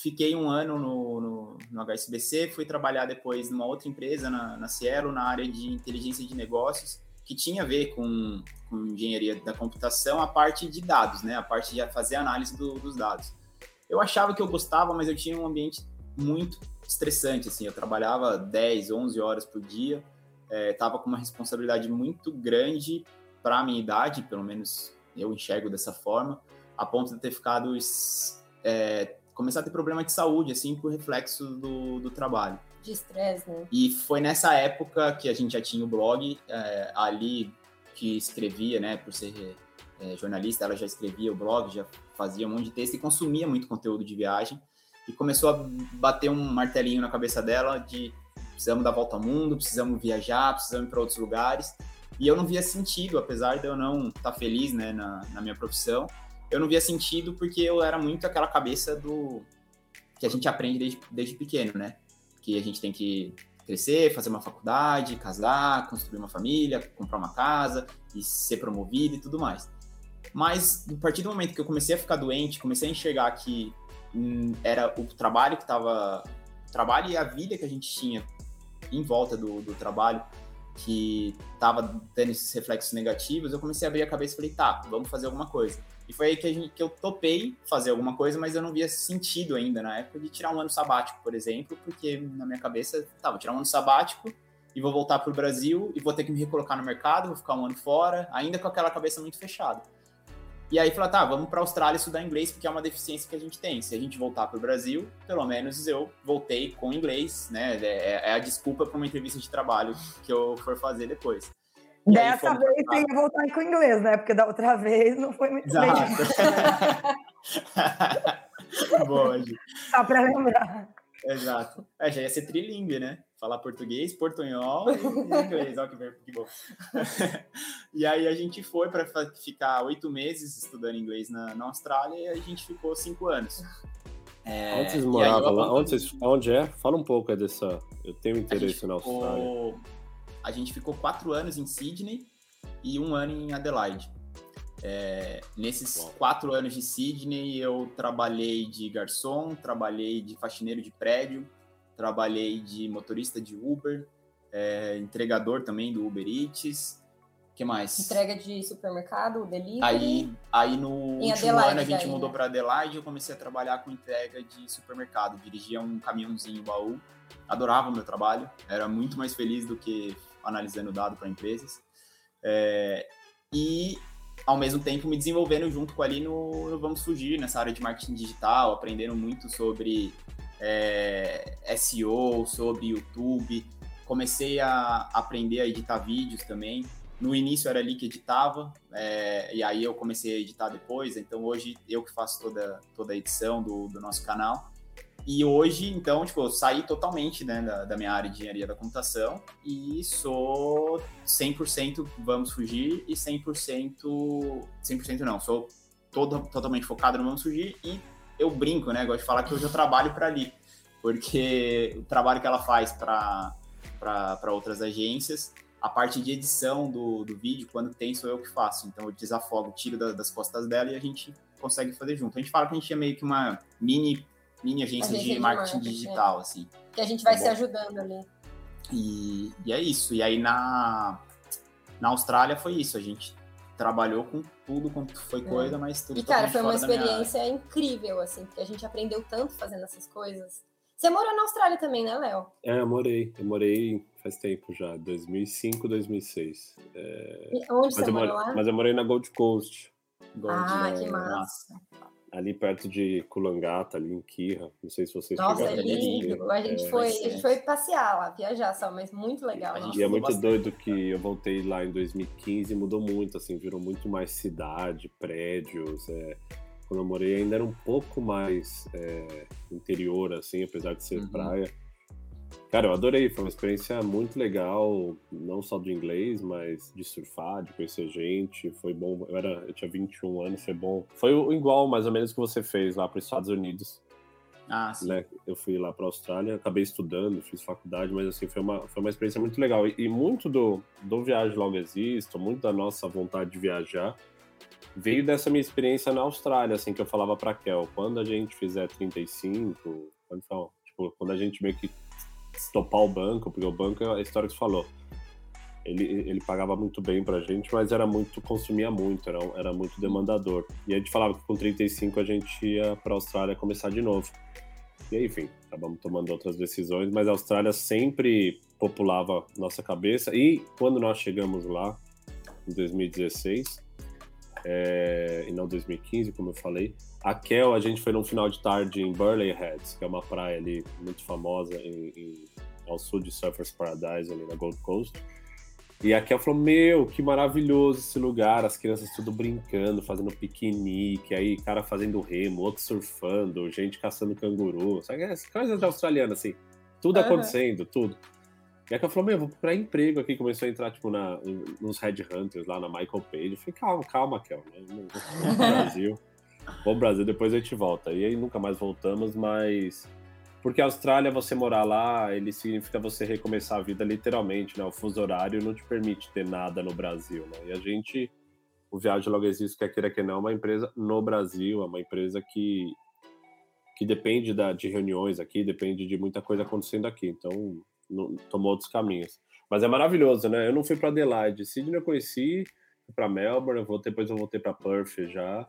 fiquei um ano no, no, no H S B C, fui trabalhar depois numa outra empresa, na, na Cielo, na área de inteligência de negócios, que tinha a ver com, com engenharia da computação, a parte de dados, né? A parte de fazer análise do, dos dados. Eu achava que eu gostava, mas eu tinha um ambiente muito estressante, assim. Eu trabalhava dez, onze horas por dia, estava é, com uma responsabilidade muito grande para a minha idade, pelo menos eu enxergo dessa forma, a ponto de ter ficado... É, começar a ter problema de saúde, assim, por reflexo do, do trabalho. De estresse, né? E foi nessa época que a gente já tinha o blog, é, ali que escrevia, né, por ser é, jornalista, ela já escrevia o blog, já fazia um monte de texto e consumia muito conteúdo de viagem. E começou a bater um martelinho na cabeça dela de precisamos dar volta ao mundo, precisamos viajar, precisamos ir para outros lugares. E eu não via sentido, apesar de eu não estar feliz, né, na, na minha profissão, eu não via sentido porque eu era muito aquela cabeça do que a gente aprende desde, desde pequeno, né? Que a gente tem que crescer, fazer uma faculdade, casar, construir uma família, comprar uma casa e ser promovido e tudo mais. Mas, a partir do momento que eu comecei a ficar doente, comecei a enxergar que hum, era o trabalho que estava... O trabalho e a vida que a gente tinha em volta do, do trabalho que estava tendo esses reflexos negativos, eu comecei a abrir a cabeça e falei, tá, vamos fazer alguma coisa. E foi aí que, a gente, que eu topei fazer alguma coisa, mas eu não via sentido ainda na época de tirar um ano sabático, por exemplo, porque na minha cabeça, tá, vou tirar um ano sabático e vou voltar para o Brasil e vou ter que me recolocar no mercado, vou ficar um ano fora, ainda com aquela cabeça muito fechada. E aí falei, tá, vamos para a Austrália estudar inglês, porque é uma deficiência que a gente tem. Se a gente voltar para o Brasil, pelo menos eu voltei com inglês, né? É, é a desculpa para uma entrevista de trabalho que eu for fazer depois. E dessa vez você ia voltar com o inglês, né? Porque da outra vez não foi muito Exato. bem. Boa, Gi. Só para lembrar. Exato. É, já ia ser trilingue, né? Falar português, portunhol e inglês. Olha que, que bom. E aí a gente foi para ficar oito meses estudando inglês na, na Austrália e a gente ficou cinco anos. É, onde vocês moravam lá? Onde, vocês, onde é? Fala um pouco aí dessa... Eu tenho interesse na Austrália. Ficou, a gente ficou quatro anos em Sydney e um ano em Adelaide. É, nesses Uau. quatro anos de Sydney, eu trabalhei de garçom, trabalhei de faxineiro de prédio, trabalhei de motorista de Uber, é, entregador também do Uber Eats. O que mais? Entrega de supermercado, delivery. Aí, aí no último Adelaide, ano a gente daí, mudou né? para Adelaide e eu comecei a trabalhar com entrega de supermercado. Dirigia um caminhãozinho baú. Adorava o meu trabalho. Era muito mais feliz do que analisando dado para empresas. É, e, ao mesmo tempo, me desenvolvendo junto com ali no, no Vamos Fugir, nessa área de marketing digital, aprendendo muito sobre é, S E O, sobre YouTube. Comecei a aprender a editar vídeos também. No início era ali que editava, é, e aí eu comecei a editar depois, então hoje eu que faço toda, toda a edição do, do nosso canal. E hoje, então, tipo, eu saí totalmente, né, da, da minha área de engenharia da computação e sou cem por cento Vamos Fugir e cem por cento... cem por cento não, sou todo, totalmente focado no Vamos Fugir e eu brinco, né, gosto de falar que hoje eu trabalho para ali, porque o trabalho que ela faz para para outras agências, a parte de edição do, do vídeo, quando tem, sou eu que faço. Então eu desafogo, tiro da, das costas dela e a gente consegue fazer junto. A gente fala que a gente é meio que uma mini, mini agência, agência de, de marketing, marketing digital, é. assim. Que a gente vai tá se ajudando ali. E, e é isso. E aí na, na Austrália foi isso. A gente trabalhou com tudo quanto foi coisa, é. mas tudo. E cara, foi uma experiência incrível, assim, porque a gente aprendeu tanto fazendo essas coisas. Você morou na Austrália também, né, Léo? É, eu morei. Eu morei faz tempo já, dois mil e cinco, dois mil e seis. É... Onde mas você morou more... lá? Mas eu morei na Gold Coast. Gold, ah, né? Que massa. Ali perto de Coolangatta, ali em Kirra. Não sei se vocês Nossa, chegaram. Nossa, é lindo. A gente, é, foi, a gente foi passear lá, viajar só, mas muito legal. A gente e é muito bastante. doido que eu voltei lá em dois mil e quinze e mudou muito, assim, virou muito mais cidade, prédios, é... Quando eu morei ainda era um pouco mais é, interior, assim, apesar de ser uhum. praia. Cara, eu adorei, foi uma experiência muito legal, não só do inglês, mas de surfar, de conhecer gente, foi bom. Eu, era, eu tinha vinte e um anos, foi bom. Foi igual, mais ou menos, que você fez lá para os Estados Unidos. Ah, sim. Né? Eu fui lá para a Austrália, acabei estudando, fiz faculdade, mas assim, foi uma, foi uma experiência muito legal. E, e muito do, do Viagem Logo Existo, muito da nossa vontade de viajar, veio dessa minha experiência na Austrália, assim, que eu falava pra Kel, quando a gente fizer trinta e cinco, quando, tipo, quando a gente meio que estopar o banco, porque o banco é a história que você falou, ele, ele pagava muito bem pra gente, mas era muito, consumia muito, era, era muito demandador. E a gente falava que com trinta e cinco a gente ia pra Austrália começar de novo. E aí, enfim, acabamos tomando outras decisões, mas a Austrália sempre populava nossa cabeça. E quando nós chegamos lá, em dois mil e dezesseis, é, e não dois mil e quinze, como eu falei, a Kel, a gente foi num final de tarde em Burleigh Heads, que é uma praia ali muito famosa em, em, ao sul de Surfers Paradise, ali na Gold Coast. E a Kel falou, meu, que maravilhoso esse lugar, as crianças tudo brincando, fazendo piquenique, aí cara fazendo remo, outro surfando, gente caçando canguru, sabe? As coisas de australiana, assim, tudo uhum. acontecendo, tudo. E a Kel falou, meu, vou procurar emprego aqui, começou a entrar, tipo, na, nos headhunters lá na Michael Page. Eu falei, calma, calma, Kel, né? Vamos pro Brasil, vamos pro Brasil, depois a gente volta. E aí nunca mais voltamos, mas... Porque a Austrália, você morar lá, ele significa você recomeçar a vida literalmente, né? O fuso horário não te permite ter nada no Brasil, né? E a gente, o Viagem Logo Existe, quer queira que não, é uma empresa no Brasil, é uma empresa que, que depende da, de reuniões aqui, depende de muita coisa acontecendo aqui, então não, tomou outros caminhos. Mas é maravilhoso, né? Eu não fui para Adelaide, Sydney eu conheci, fui para Melbourne, eu voltei, depois eu voltei para Perth já.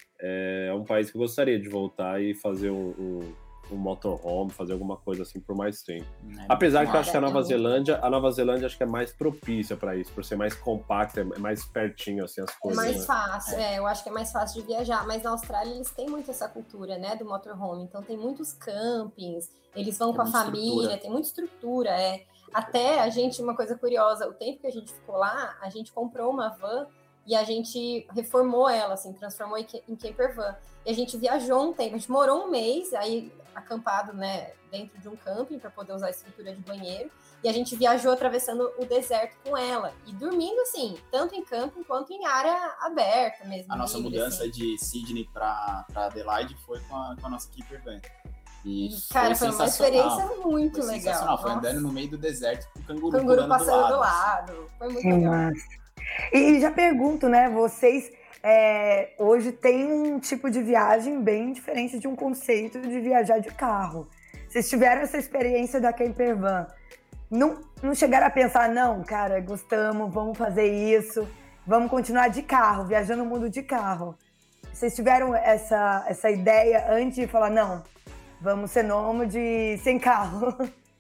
É um país que eu gostaria de voltar e fazer um... um um motorhome, fazer alguma coisa assim por mais tempo. É, Apesar que eu acho que a Nova Zelândia, a Nova Zelândia acho que é mais propícia para isso, por ser mais compacta, é mais pertinho assim as coisas. É mais né? fácil, é. é, eu acho que é mais fácil de viajar, mas na Austrália eles têm muito essa cultura, né, do motorhome, então tem muitos campings, eles vão tem com a família, estrutura. Tem muita estrutura, é. Até a gente, uma coisa curiosa, o tempo que a gente ficou lá, a gente comprou uma van e a gente reformou ela, assim, transformou em camper van. E a gente viajou um tempo, a gente morou um mês, aí acampado, né, dentro de um camping para poder usar a estrutura de banheiro. E a gente viajou atravessando o deserto com ela. E dormindo, assim, tanto em camping quanto em área aberta mesmo. A nossa livre, mudança assim. de Sydney para Adelaide foi com a, com a nossa camper van. E cara, foi, foi uma experiência muito foi legal. Sensacional. Foi andando no meio do deserto com o canguru, canguru passando do lado. Do lado. Foi muito legal. Mas... E já pergunto, né, vocês é, hoje têm um tipo de viagem bem diferente de um conceito de viajar de carro. Vocês tiveram essa experiência da camper van, não, não chegaram a pensar, não, cara, gostamos, vamos fazer isso, vamos continuar de carro, viajando o mundo de carro. Vocês tiveram essa, essa ideia antes de falar, não, vamos ser nômade sem carro?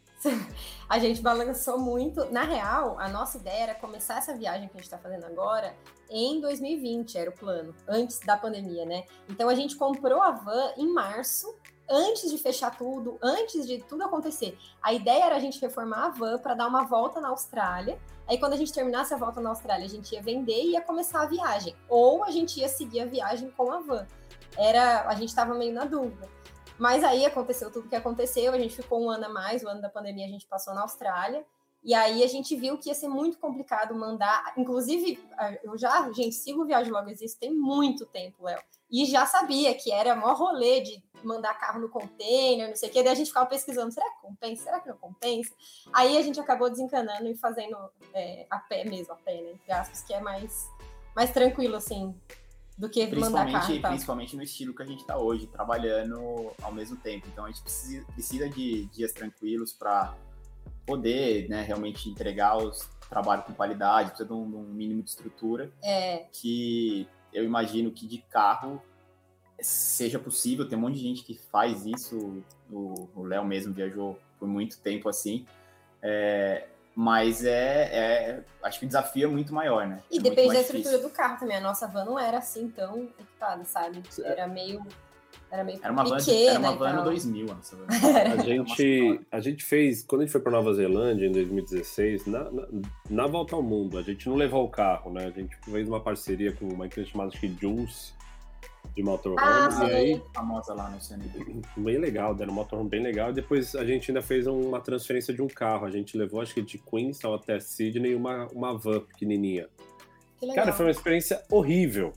A gente balançou muito. Na real, a nossa ideia era começar essa viagem que a gente está fazendo agora em dois mil e vinte, era o plano, antes da pandemia, né? Então a gente comprou a van em março, antes de fechar tudo, antes de tudo acontecer. A ideia era a gente reformar a van para dar uma volta na Austrália. Aí quando a gente terminasse a volta na Austrália, a gente ia vender e ia começar a viagem. Ou a gente ia seguir a viagem com a van. Era, a gente estava meio na dúvida. Mas aí aconteceu tudo o que aconteceu, a gente ficou um ano a mais, o ano da pandemia a gente passou na Austrália, e aí a gente viu que ia ser muito complicado mandar, inclusive, eu já, gente, sigo o Viagem Logo Existe tem muito tempo, Léo, e já sabia que era maior rolê de mandar carro no container, não sei o que, daí a gente ficava pesquisando, será que compensa, será que não compensa? Aí a gente acabou desencanando e fazendo é, a pé mesmo, a pé, né, entre aspas, que é mais, mais tranquilo, assim, do que mandar carro e tal. Principalmente no estilo que a gente está hoje, trabalhando ao mesmo tempo. Então a gente precisa, precisa de dias tranquilos para poder, né, realmente entregar os trabalhos com qualidade, precisa de um, de um mínimo de estrutura, é. que eu imagino que de carro seja possível. Tem um monte de gente que faz isso, o Léo mesmo viajou por muito tempo assim, é, mas é, é, acho que o desafio é muito maior, né? E é depende da estrutura difícil. do carro também. A nossa van não era assim tão equipada, sabe? Era meio, era meio era uma pequena. Van, era uma van no dois mil, a nossa van. A gente, a gente fez, quando a gente foi para Nova Zelândia em dois mil e dezesseis, na, na, na volta ao mundo, a gente não levou o carro, né? A gente fez uma parceria com uma empresa chamada acho que Juice, de motorhome, ah, e aí famosa lá no C N B. Bem legal, deram um motorhome bem legal, e depois a gente ainda fez uma transferência de um carro, a gente levou acho que de Queenstown até Sydney uma, uma van pequenininha. Cara, foi uma experiência horrível,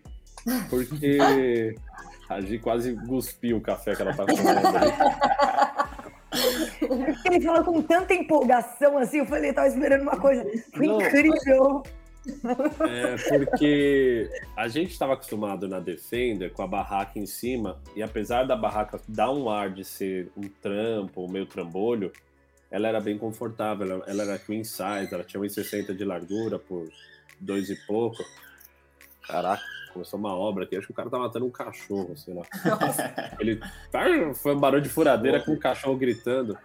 porque a gente quase cuspiu o café que ela tava tomando ali. Ele falou com tanta empolgação assim, eu falei, eu tava esperando uma coisa, foi Não. incrível. É porque a gente estava acostumado na Defender com a barraca em cima, e apesar da barraca dar um ar de ser um trampo, meio trambolho, ela era bem confortável, ela, ela era queen size, ela tinha um e sessenta de largura por dois e pouco. Caraca, começou uma obra aqui, acho que o cara tá matando um cachorro, sei lá. Nossa. Ele foi um barulho de furadeira com o cachorro gritando.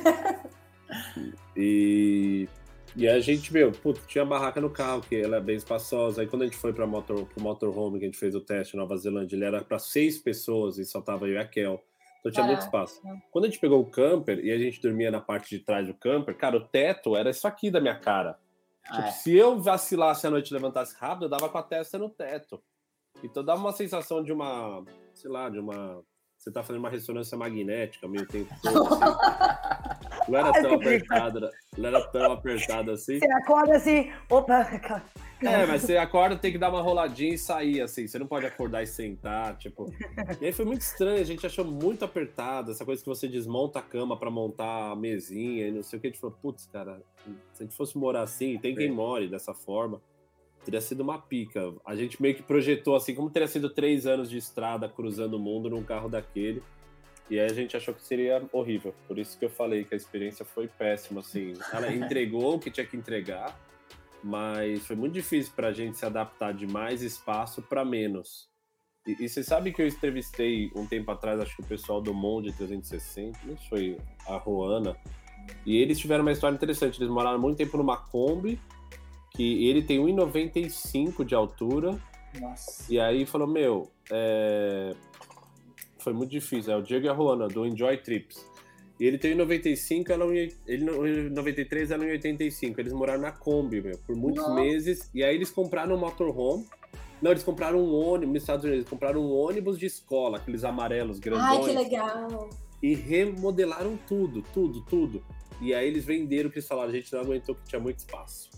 E, e a gente, meu, putz, tinha barraca no carro, que ela é bem espaçosa. Aí quando a gente foi para motor, pro motorhome, que a gente fez o teste em Nova Zelândia, ele era para seis pessoas e só tava eu e a Kel. Então tinha muito espaço. Quando a gente pegou o camper e a gente dormia na parte de trás do camper, cara, o teto era isso aqui da minha cara. Ah, tipo, é. Se eu vacilasse à noite e levantasse rápido, eu dava com a testa no teto. Então dava uma sensação de uma, sei lá, de uma... Você tá fazendo uma ressonância magnética meio tempo todo, assim. Não era tão apertada, não era tão apertada assim. Você acorda assim, opa... É, mas você acorda, tem que dar uma roladinha e sair, assim. Você não pode acordar e sentar, tipo... E aí foi muito estranho, a gente achou muito apertado, essa coisa que você desmonta a cama pra montar a mesinha e não sei o que. A gente falou, putz, cara, se a gente fosse morar assim, tem quem more dessa forma, teria sido uma pica. A gente meio que projetou assim, como teria sido três anos de estrada cruzando o mundo num carro daquele. E aí a gente achou que seria horrível. Por isso que eu falei que a experiência foi péssima, assim. Ela entregou o que tinha que entregar, mas foi muito difícil pra gente se adaptar de mais espaço para menos. E, e você sabe que eu entrevistei um tempo atrás, acho que o pessoal do Monde trezentos e sessenta, não foi a Roana, e eles tiveram uma história interessante. Eles moraram muito tempo numa Kombi, que ele tem um metro e noventa e cinco de altura. Nossa. E aí falou, meu, é... foi muito difícil. É o Diego e a Roana, do Enjoy Trips. E ele tem um metro e noventa e cinco, ela um... ele um metro e noventa e três, ela um metro e oitenta e cinco. Eles moraram na Kombi, meu, por muitos Nossa. meses. E aí eles compraram um motorhome. Não, eles compraram um ônibus, nos Estados Unidos, eles compraram um ônibus de escola, aqueles amarelos grandões. Ai, que legal! E remodelaram tudo, tudo, tudo. E aí eles venderam, porque eles falaram, a gente não aguentou que tinha muito espaço.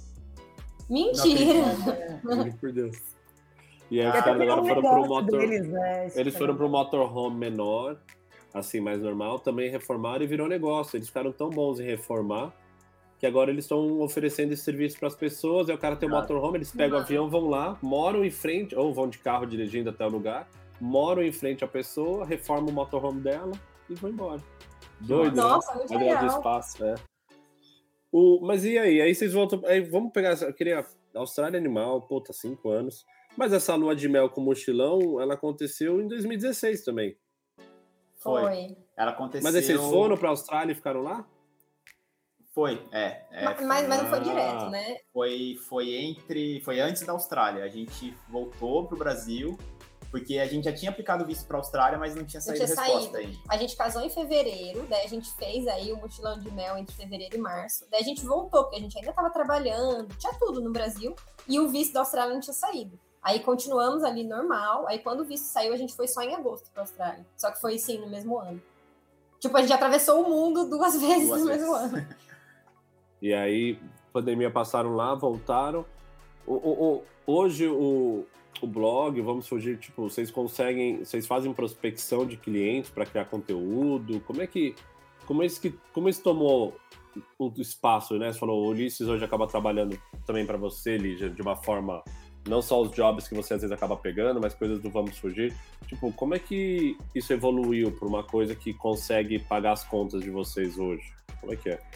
Mentira! Juro por Deus. E aí os caras agora foram pro motor... Deles, né? Eles foram pro motorhome menor, assim, mais normal, também reformaram e virou negócio. Eles ficaram tão bons em reformar que agora eles estão oferecendo esse serviço para as pessoas. Aí o cara tem o motorhome, eles pegam o avião, vão lá, moram em frente, ou vão de carro dirigindo até o lugar, moram em frente à pessoa, reformam o motorhome dela e vão embora. Doido, Nossa, né? muito legal. De espaço, é. O, mas e aí? Aí vocês voltam... Aí vamos pegar... Eu queria... Austrália Animal, pô, tá cinco anos. Mas essa lua de mel com mochilão, ela aconteceu em dois mil e dezesseis também. Foi. Ela aconteceu... Mas aí vocês foram pra Austrália e ficaram lá? Foi, é. é mas, foi... mas não foi direto, né? Foi, foi entre... Foi antes da Austrália. A gente voltou pro Brasil... Porque a gente já tinha aplicado visto para a Austrália, mas não tinha saído não tinha resposta saído. Ainda. A gente casou em fevereiro, daí a gente fez aí o mochilão de mel entre fevereiro e março. Daí a gente voltou, porque a gente ainda estava trabalhando, tinha tudo no Brasil, e o visto da Austrália não tinha saído. Aí continuamos ali normal, aí quando o visto saiu, a gente foi só em agosto para a Austrália. Só que foi, sim, no mesmo ano. Tipo, a gente atravessou o mundo duas vezes duas no vezes. mesmo ano. E aí, pandemia, passaram lá, voltaram. O, o, o, hoje, o... o blog, vamos surgir, tipo, vocês conseguem, vocês fazem prospecção de clientes para criar conteúdo? Como é que, como é que, como isso tomou o espaço, né? Você falou, o Ulisses hoje acaba trabalhando também para você, Lígia, de uma forma, não só os jobs que você às vezes acaba pegando, mas coisas do Vamos Surgir. Tipo, como é que isso evoluiu para uma coisa que consegue pagar as contas de vocês hoje? Como é que é?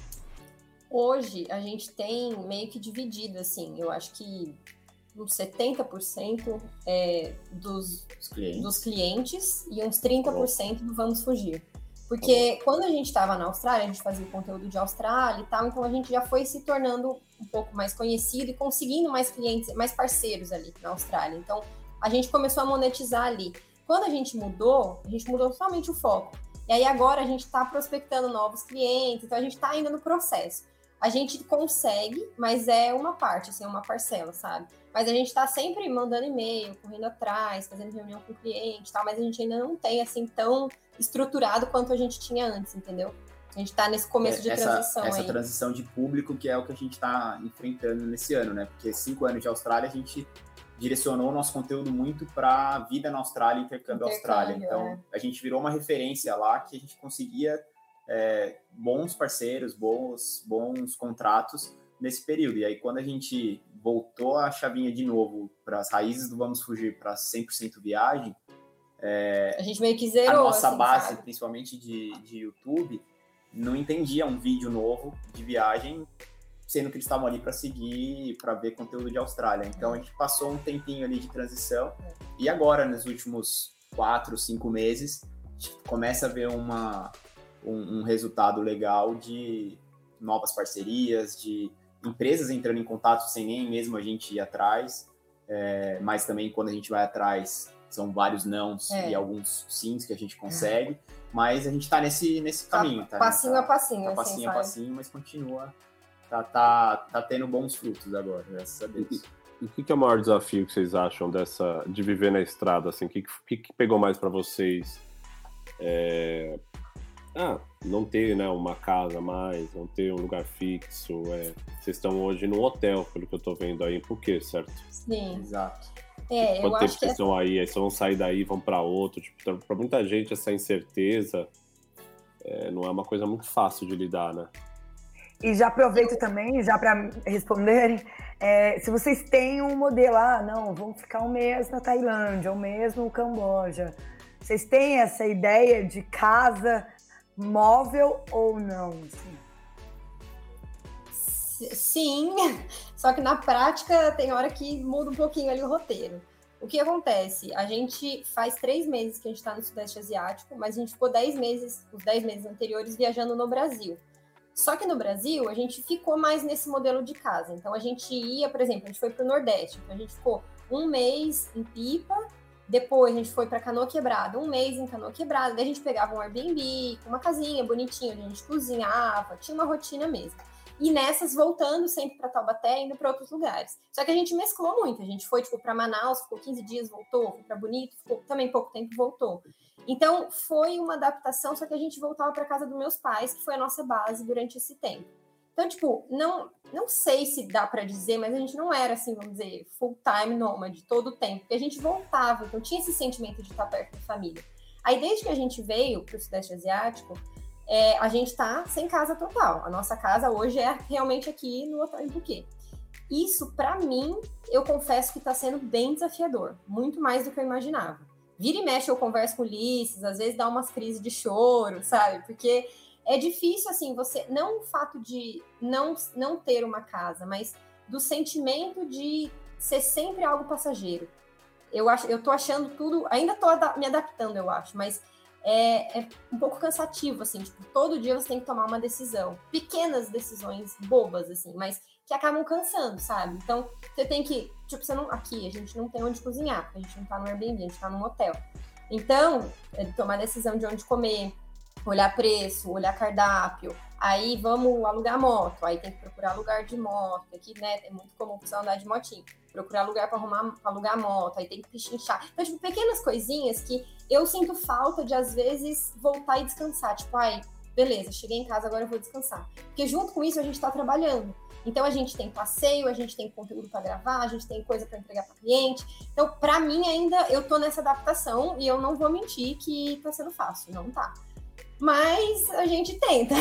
Hoje, a gente tem meio que dividido, assim, eu acho que uns setenta por cento é, dos, clientes. dos clientes e uns trinta por cento do Vamos Fugir. Porque tá quando a gente estava na Austrália, a gente fazia o conteúdo de Austrália e tal, então a gente já foi se tornando um pouco mais conhecido e conseguindo mais clientes, mais parceiros ali na Austrália. Então, a gente começou a monetizar ali. Quando a gente mudou, a gente mudou somente o foco. E aí agora a gente está prospectando novos clientes, então a gente está ainda no processo. A gente consegue, mas é uma parte, assim, é uma parcela, sabe? Mas a gente está sempre mandando e-mail, correndo atrás, fazendo reunião com o cliente e tal, mas a gente ainda não tem, assim, tão estruturado quanto a gente tinha antes, entendeu? A gente está nesse começo de essa, transição essa aí. Essa transição de público que é o que a gente está enfrentando nesse ano, né? Porque cinco anos de Austrália, a gente direcionou o nosso conteúdo muito para a vida na Austrália, intercâmbio, intercâmbio Austrália. Então, é. a gente virou uma referência lá que a gente conseguia... É, bons parceiros, bons, bons contratos nesse período. E aí, quando a gente voltou a chavinha de novo para as raízes do Vamos Fugir para cem por cento viagem, é, a gente meio que zerou, a nossa assim, base, sabe? principalmente de, de YouTube, não entendia um vídeo novo de viagem, sendo que eles estavam ali para seguir, para ver conteúdo de Austrália. Então, a gente passou um tempinho ali de transição, e agora, nos últimos quatro, cinco meses, a gente começa a ver uma, um, um resultado legal de novas parcerias, de empresas entrando em contato sem nem mesmo a gente ir atrás, é, mas também quando a gente vai atrás, são vários nãos é. e alguns sims que a gente consegue, é. mas a gente está nesse, nesse caminho. Tá, passinho tá, a passinho. Tá passinho assim, a passinho, mas continua, tá, tá, tá tendo bons frutos agora, graças a Deus. E o que, que é o maior desafio que vocês acham dessa, de viver na estrada? Assim, o que, que, que pegou mais para vocês? É... Ah, não ter, né, uma casa mais, não ter um lugar fixo. É... Vocês estão hoje num hotel, pelo que eu tô vendo aí, por quê, certo? Sim. Exato. É, tipo, eu Quanto tempo acho que vocês estão aí? Aí vocês vão sair daí, vão para outro. Tipo, para muita gente, essa incerteza é, não é uma coisa muito fácil de lidar, né? E já aproveito também, já para responderem, é, se vocês têm um modelo, ah, não, vamos ficar um mês na Tailândia, um mês no Camboja. Vocês têm essa ideia de casa móvel ou não? Assim? Sim, só que na prática tem hora que muda um pouquinho ali o roteiro. O que acontece? A gente faz três meses que a gente está no Sudeste Asiático, mas a gente ficou dez meses, os dez meses anteriores, viajando no Brasil. Só que no Brasil, a gente ficou mais nesse modelo de casa. Então, a gente ia, por exemplo, a gente foi para o Nordeste. Então, a gente ficou um mês em Pipa, depois a gente foi para Canoa Quebrada, um mês em Canoa Quebrada. Daí a gente pegava um Airbnb, com uma casinha bonitinha, onde a gente cozinhava, tinha uma rotina mesmo. E nessas, voltando sempre para Taubaté, indo para outros lugares. Só que a gente mesclou muito. A gente foi, tipo, para Manaus, ficou quinze dias, voltou. Foi para Bonito, ficou também pouco tempo, voltou. Então, foi uma adaptação, só que a gente voltava para casa dos meus pais, que foi a nossa base durante esse tempo. Então, tipo, não, não sei se dá para dizer, mas a gente não era, assim, vamos dizer, full-time nômade todo o tempo, porque a gente voltava, então tinha esse sentimento de estar perto da família. Aí, desde que a gente veio para o Sudeste Asiático, é, a gente tá sem casa total. A nossa casa hoje é realmente aqui no Hotel Ibuquê. Isso, para mim, eu confesso que está sendo bem desafiador, muito mais do que eu imaginava. Vira e mexe, eu converso com o Ulisses, às vezes dá umas crises de choro, sabe? Porque é difícil, assim, você... Não o fato de não, não ter uma casa, mas do sentimento de ser sempre algo passageiro. Eu, acho, eu tô achando tudo... Ainda tô me adaptando, eu acho, mas é, é um pouco cansativo, assim. Tipo, todo dia você tem que tomar uma decisão. Pequenas decisões bobas, assim, mas que acabam cansando, sabe? Então, você tem que... Tipo, você não, aqui, a gente não tem onde cozinhar, porque a gente não tá no Airbnb, a gente tá num hotel. Então, é tomar decisão de onde comer, olhar preço, olhar cardápio, aí vamos alugar moto, aí tem que procurar lugar de moto, aqui, né, é muito comum você andar de motinho, procurar lugar para arrumar, pra alugar moto, aí tem que pichinchar. Então, tipo, pequenas coisinhas que eu sinto falta de, às vezes, voltar e descansar. Tipo, ai, beleza, cheguei em casa, agora eu vou descansar. Porque junto com isso a gente tá trabalhando. Então, a gente tem passeio, a gente tem conteúdo para gravar, a gente tem coisa para entregar para cliente. Então, para mim, ainda, eu tô nessa adaptação e eu não vou mentir que tá sendo fácil, não tá. Mas a gente tenta.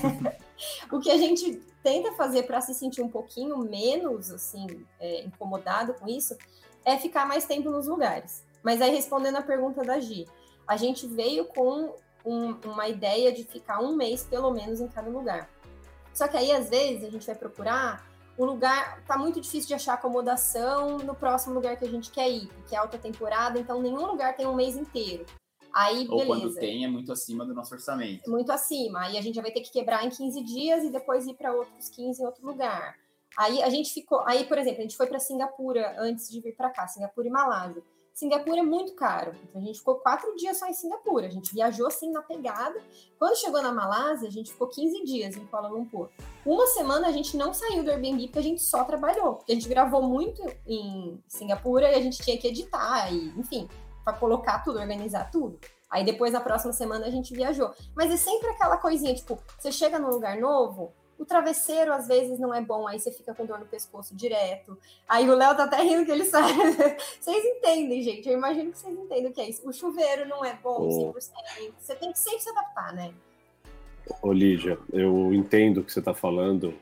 O que a gente tenta fazer para se sentir um pouquinho menos, assim, é, incomodado com isso, é ficar mais tempo nos lugares. Mas aí, respondendo a pergunta da Gi, a gente veio com um, uma ideia de ficar um mês, pelo menos, em cada lugar. Só que aí, às vezes, a gente vai procurar o lugar... Tá muito difícil de achar acomodação no próximo lugar que a gente quer ir, porque é alta temporada, então nenhum lugar tem um mês inteiro. Aí, Ou beleza. quando tem, é muito acima do nosso orçamento. Muito acima. Aí a gente já vai ter que quebrar em quinze dias e depois ir para outros quinze em outro lugar. Aí a gente ficou... Aí, por exemplo, a gente foi para Singapura antes de vir para cá, Singapura e Malásia. Singapura é muito caro, então a gente ficou quatro dias só em Singapura, a gente viajou assim na pegada. Quando chegou na Malásia, a gente ficou quinze dias em Kuala Lumpur. Uma semana a gente não saiu do Airbnb porque a gente só trabalhou, porque a gente gravou muito em Singapura e a gente tinha que editar, e, enfim, para colocar tudo, organizar tudo. Aí depois, na próxima semana, a gente viajou. Mas é sempre aquela coisinha, tipo, você chega num lugar novo, o travesseiro, às vezes, não é bom, aí você fica com dor no pescoço direto. Aí o Léo tá até rindo que ele sabe. Vocês entendem, gente. Eu imagino que vocês entendem o que é isso. O chuveiro não é bom cem por cento. Você tem que sempre se adaptar, né? Ô, Lígia, eu entendo o que você tá falando.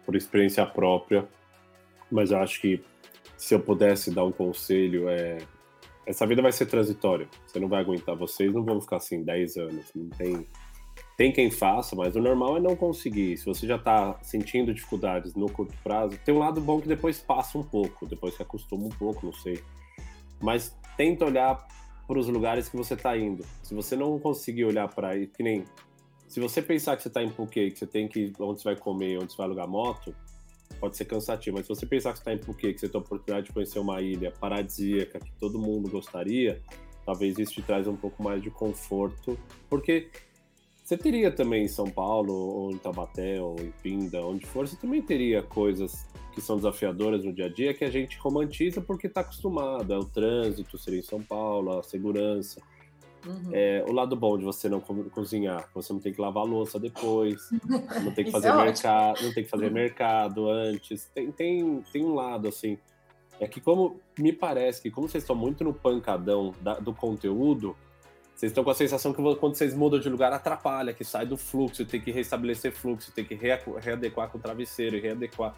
por experiência própria, mas eu acho que se eu pudesse dar um conselho, é essa vida vai ser transitória, você não vai aguentar, vocês não vão ficar assim dez anos, não tem, tem quem faça, mas o normal é não conseguir. Se você já está sentindo dificuldades no curto prazo, tem um lado bom que depois passa um pouco, depois que acostuma um pouco, não sei, mas tenta olhar para os lugares que você está indo. Se você não conseguir olhar para aí, que nem se você pensar que você está em Phuket, que você tem que ir onde você vai comer, onde você vai alugar moto, pode ser cansativo, mas se você pensar que você está em Phuket, que você tem a oportunidade de conhecer uma ilha paradisíaca que todo mundo gostaria, talvez isso te traz um pouco mais de conforto, porque você teria também em São Paulo, ou em Taubaté, ou em Pinda, onde for, você também teria coisas que são desafiadoras no dia a dia que a gente romantiza porque está acostumado, é o trânsito, seria em São Paulo, a segurança. Uhum. É, o lado bom de você não co- cozinhar, você não tem que lavar a louça depois, não tem que fazer é mercado, não tem que fazer mercado antes. Tem, tem, tem um lado assim, é que como me parece que como vocês estão muito no pancadão da, do conteúdo, vocês estão com a sensação que quando vocês mudam de lugar atrapalha, que sai do fluxo, tem que restabelecer fluxo, tem que rea- readequar com o travesseiro e readequar.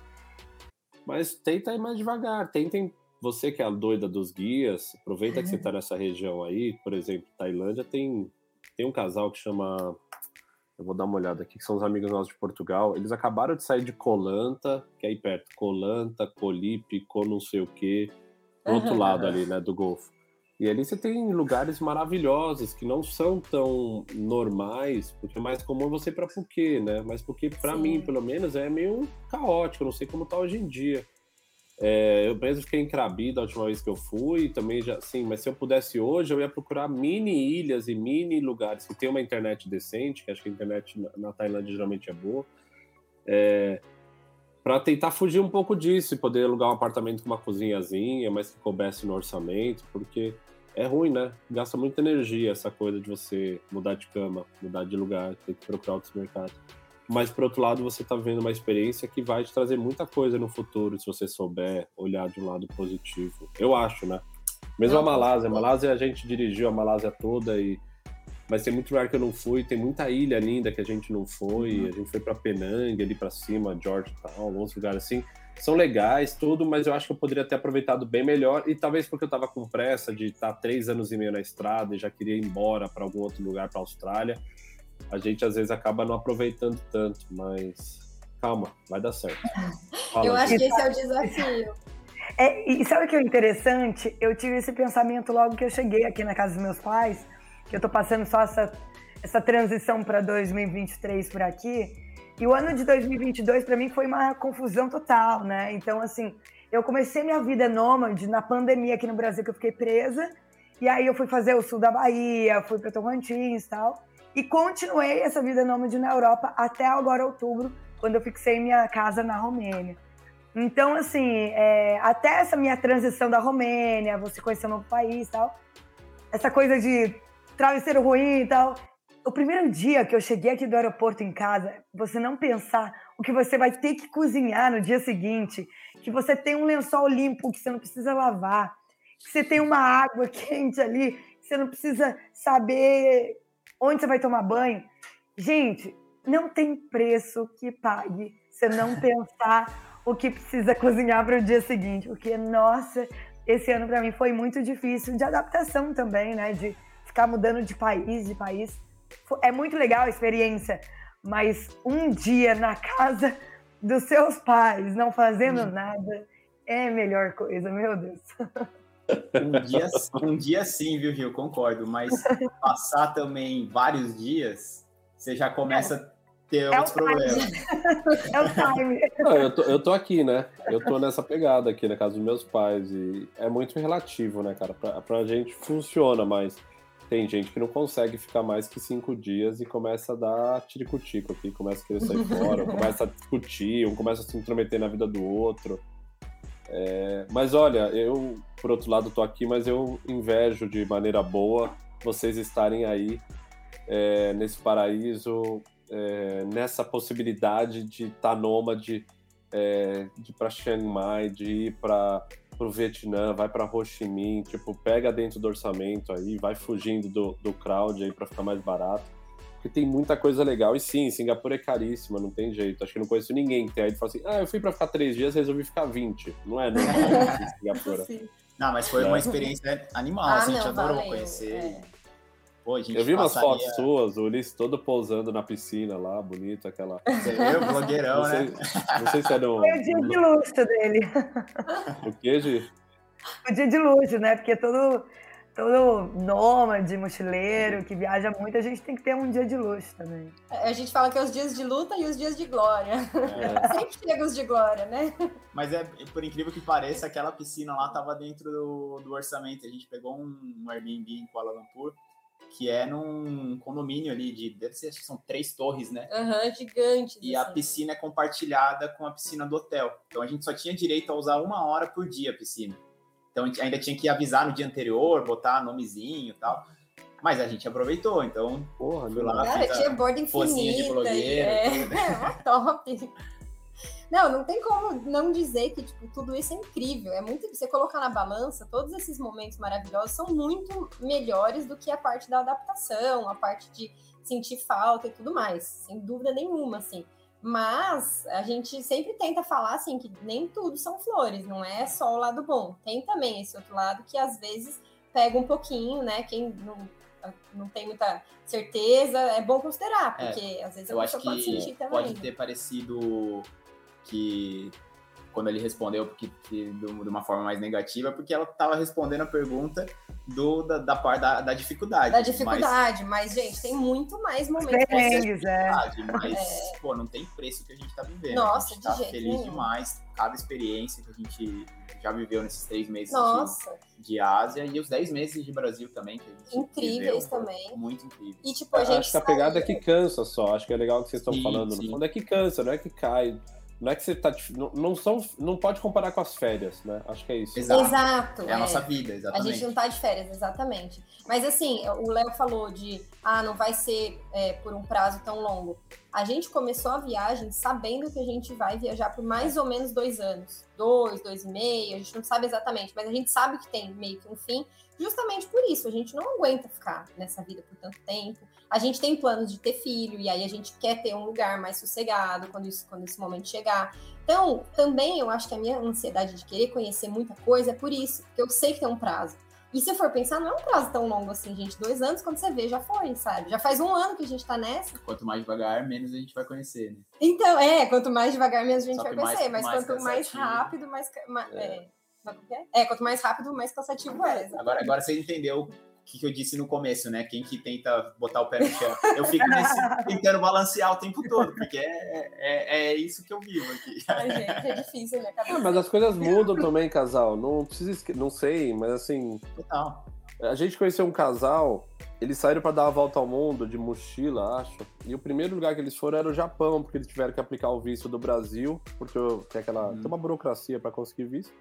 Mas tenta ir mais devagar, tentem. Você que é a doida dos guias, aproveita que você está nessa região aí, por exemplo, Tailândia, tem, tem um casal que chama, eu vou dar uma olhada aqui, que são os amigos nossos de Portugal, eles acabaram de sair de Koh Lanta, que é aí perto, Koh Lanta, Koh Lipe, Koh não sei o quê, do outro Uhum. lado ali, né, do Golfo. E ali você tem lugares maravilhosos, que não são tão normais, porque é mais comum você ir para Phuket, né, mas porque para Sim. mim, pelo menos, é meio caótico, não sei como tá hoje em dia. É, eu mesmo fiquei em Krabi da última vez que eu fui, também já, sim, mas se eu pudesse hoje, eu ia procurar mini ilhas e mini lugares que tem uma internet decente, que acho que a internet na, na Tailândia geralmente é boa, é, para tentar fugir um pouco disso e poder alugar um apartamento com uma cozinhazinha, mas que coubesse no orçamento, porque é ruim, né? Gasta muita energia essa coisa de você mudar de cama, mudar de lugar, ter que procurar outros mercados. Mas, por outro lado, você está vivendo uma experiência que vai te trazer muita coisa no futuro, se você souber olhar de um lado positivo. Eu acho, né? Mesmo Não, a Malásia. A Malásia, a gente dirigiu a Malásia toda, e... mas tem muito lugar que eu não fui. Tem muita ilha linda que a gente não foi. Uhum. A gente foi para Penang, ali para cima, Georgetown, alguns lugares assim. São legais, tudo, mas eu acho que eu poderia ter aproveitado bem melhor. E talvez porque eu estava com pressa de estar três anos e meio na estrada e já queria ir embora para algum outro lugar, para a Austrália. A gente às vezes acaba não aproveitando tanto, mas calma, vai dar certo. Fala, eu acho gente. que esse é o desafio. É, e sabe o que é interessante? Eu tive esse pensamento logo que eu cheguei aqui na casa dos meus pais, que eu tô passando só essa, essa transição para dois mil e vinte e três por aqui, e o ano de dois mil e vinte e dois para mim foi uma confusão total, né? Então, assim, eu comecei minha vida nômade na pandemia aqui no Brasil, que eu fiquei presa, e aí eu fui fazer o sul da Bahia, fui para Tocantins e tal, e continuei essa vida nômade na Europa até agora, outubro, quando eu fixei minha casa na Romênia. Então, assim, é, até essa minha transição da Romênia, você conhecer um novo país e tal, essa coisa de travesseiro ruim e tal, o primeiro dia que eu cheguei aqui do aeroporto em casa, você não pensar o que você vai ter que cozinhar no dia seguinte, que você tem um lençol limpo que você não precisa lavar, que você tem uma água quente ali, que você não precisa saber onde você vai tomar banho. Gente, não tem preço que pague você não pensar o que precisa cozinhar para o dia seguinte, porque, nossa, esse ano para mim foi muito difícil, de adaptação também, né, de ficar mudando de país, de país. É muito legal a experiência, mas um dia na casa dos seus pais, não fazendo hum. nada, é a melhor coisa, meu Deus. Um dia, um dia sim, viu, Rio? Concordo, mas passar também vários dias, você já começa a ter é outros problemas. É o time. Não, eu, tô, eu tô aqui, né? Eu tô nessa pegada aqui na casa dos meus pais, e é muito relativo, né, cara? Pra, pra gente funciona, mas tem gente que não consegue ficar mais que cinco dias e começa a dar tiricutico aqui, começa a querer sair fora, começa a discutir, um começa a se intrometer na vida do outro. É, mas olha, eu, por outro lado, tô aqui, mas eu invejo de maneira boa vocês estarem aí é, nesse paraíso, é, nessa possibilidade de estar tá nômade, é, de ir para Chiang Mai, de ir para o Vietnã, vai para Ho Chi Minh, tipo, pega dentro do orçamento aí, vai fugindo do, do crowd aí para ficar mais barato. porque tem muita coisa legal. E sim, Singapura é caríssima, não tem jeito. Acho que não conheço ninguém que tem aí e fala assim, ah, eu fui pra ficar três dias, resolvi ficar vinte. Não é normal em Singapura. Sim. Não, mas foi É. uma experiência animal, Ah, assim, a gente não, adorou valeu, conhecer. é. Pô, a gente Eu vi umas passaria- fotos suas, o Ulisses todo pousando na piscina lá, bonito, aquela... Você viu? Blogueirão, Não sei, né? não sei se era um... Foi o dia de luxo dele. O quê, Gi? O dia de luxo, né? Porque todo, todo nômade, mochileiro que viaja muito, a gente tem que ter um dia de luxo também. A gente fala que é os dias de luta e os dias de glória. É. Sempre chega os de glória, né? Mas é, por incrível que pareça, aquela piscina lá tava dentro do, do orçamento. A gente pegou um, um Airbnb em Kuala Lumpur, que é num condomínio ali de, deve ser, acho que são três torres, né? Aham, gigantes. E a assim. piscina é compartilhada com a piscina do hotel. Então a gente só tinha direito a usar uma hora por dia a piscina. Então a gente ainda tinha que avisar no dia anterior, botar nomezinho e tal. Mas a gente aproveitou, então Porra, fui não lá, Cara, fiz a tinha borda pozinha de infinita. blogueiro, É, tudo. é uma top. Não, não tem como não dizer que tipo, tudo isso é incrível. É muito. Você colocar na balança, todos esses momentos maravilhosos são muito melhores do que a parte da adaptação, a parte de sentir falta e tudo mais, sem dúvida nenhuma, assim. Mas a gente sempre tenta falar assim que nem tudo são flores, não é só o lado bom. Tem também esse outro lado que às vezes pega um pouquinho, né? Quem não, não tem muita certeza, é bom considerar, porque é, às vezes a eu acho pessoa pode sentir que também. pode ter parecido que quando ele respondeu porque, que, de uma forma mais negativa, porque ela estava respondendo a pergunta do, da, da parte da, da dificuldade. Da dificuldade, mas, mas, gente, tem muito mais momentos. Perrengues, é. Mas, É. pô, não tem preço que a gente tá vivendo. Nossa, a gente de tá jeito feliz nenhum. demais. Cada experiência que a gente já viveu nesses três meses Nossa, de, de Ásia e os dez meses de Brasil também. Que a gente incríveis viveu, também. Muito incrível. E, tipo, a gente Acho que a pegada é que cansa só. Acho que é legal o que vocês estão Sim, falando. sim. No fundo é que cansa, não é que cai. Não é que você tá. Não, não, são, não pode comparar com as férias, né? Acho que é isso. Exato. Exato. É a nossa vida, A exatamente. gente não tá de férias, exatamente. Mas assim, o Léo falou de, ah, não vai ser é, por um prazo tão longo. A gente começou a viagem sabendo que a gente vai viajar por mais ou menos dois anos. Dois, dois e meio, a gente não sabe exatamente, mas a gente sabe que tem meio que um fim, justamente por isso. A gente não aguenta ficar nessa vida por tanto tempo. A gente tem planos de ter filho, e aí a gente quer ter um lugar mais sossegado quando, isso, quando esse momento chegar. Então, também eu acho que a minha ansiedade de querer conhecer muita coisa é por isso, porque eu sei que tem um prazo. E se eu for pensar, não é um prazo tão longo assim, gente. Dois anos, quando você vê, já foi, sabe? Já faz um ano que a gente tá nessa. Quanto mais devagar, menos a gente vai conhecer, né? Então, é, quanto mais devagar, menos a gente Só vai que mais- conhecer. Mas mais quanto mais cansativo. rápido, mais... ma- É. Sabe o que é? É, quanto mais rápido, mais cansativo é. exatamente. Agora, agora você entendeu o que, que eu disse no começo, né? Quem que tenta botar o pé no chão. Eu fico nesse, tentando balancear o tempo todo, porque é, é, é isso que eu vivo aqui. Ai, gente, é difícil, né? Ah, mas as coisas mudam também, casal. Não precisa esque... Não sei, mas assim. Total. A gente conheceu um casal, eles saíram para dar a volta ao mundo de mochila, acho. E o primeiro lugar que eles foram era o Japão, porque eles tiveram que aplicar o visto do Brasil, porque tem aquela. Hum. Tem uma burocracia para conseguir visto.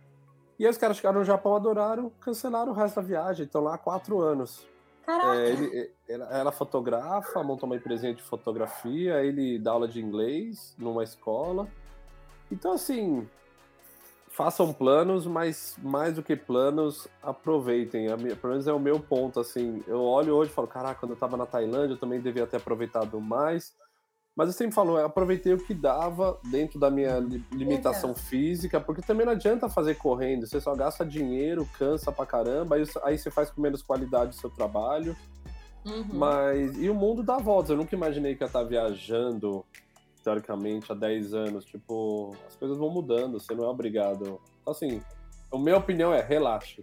E aí os caras chegaram no Japão, adoraram, cancelaram o resto da viagem, estão lá há quatro anos. Caraca, É, ele, ela, ela fotografa, montou uma empresinha de fotografia, ele dá aula de inglês numa escola. Então, assim, façam planos, mas mais do que planos, aproveitem. A minha, pelo menos é o meu ponto, assim. Eu olho hoje e falo, caraca, quando eu tava na Tailândia, eu também devia ter aproveitado mais. Mas eu sempre falo, eu aproveitei o que dava dentro da minha li- limitação Então. física, porque também não adianta fazer correndo, você só gasta dinheiro, cansa pra caramba, aí, aí você faz com menos qualidade o seu trabalho. uhum. Mas, e o mundo dá voltas, eu nunca imaginei que eu ia estar viajando, teoricamente, há dez anos, tipo, as coisas vão mudando, você não é obrigado. Então, assim, a minha opinião é, relaxe.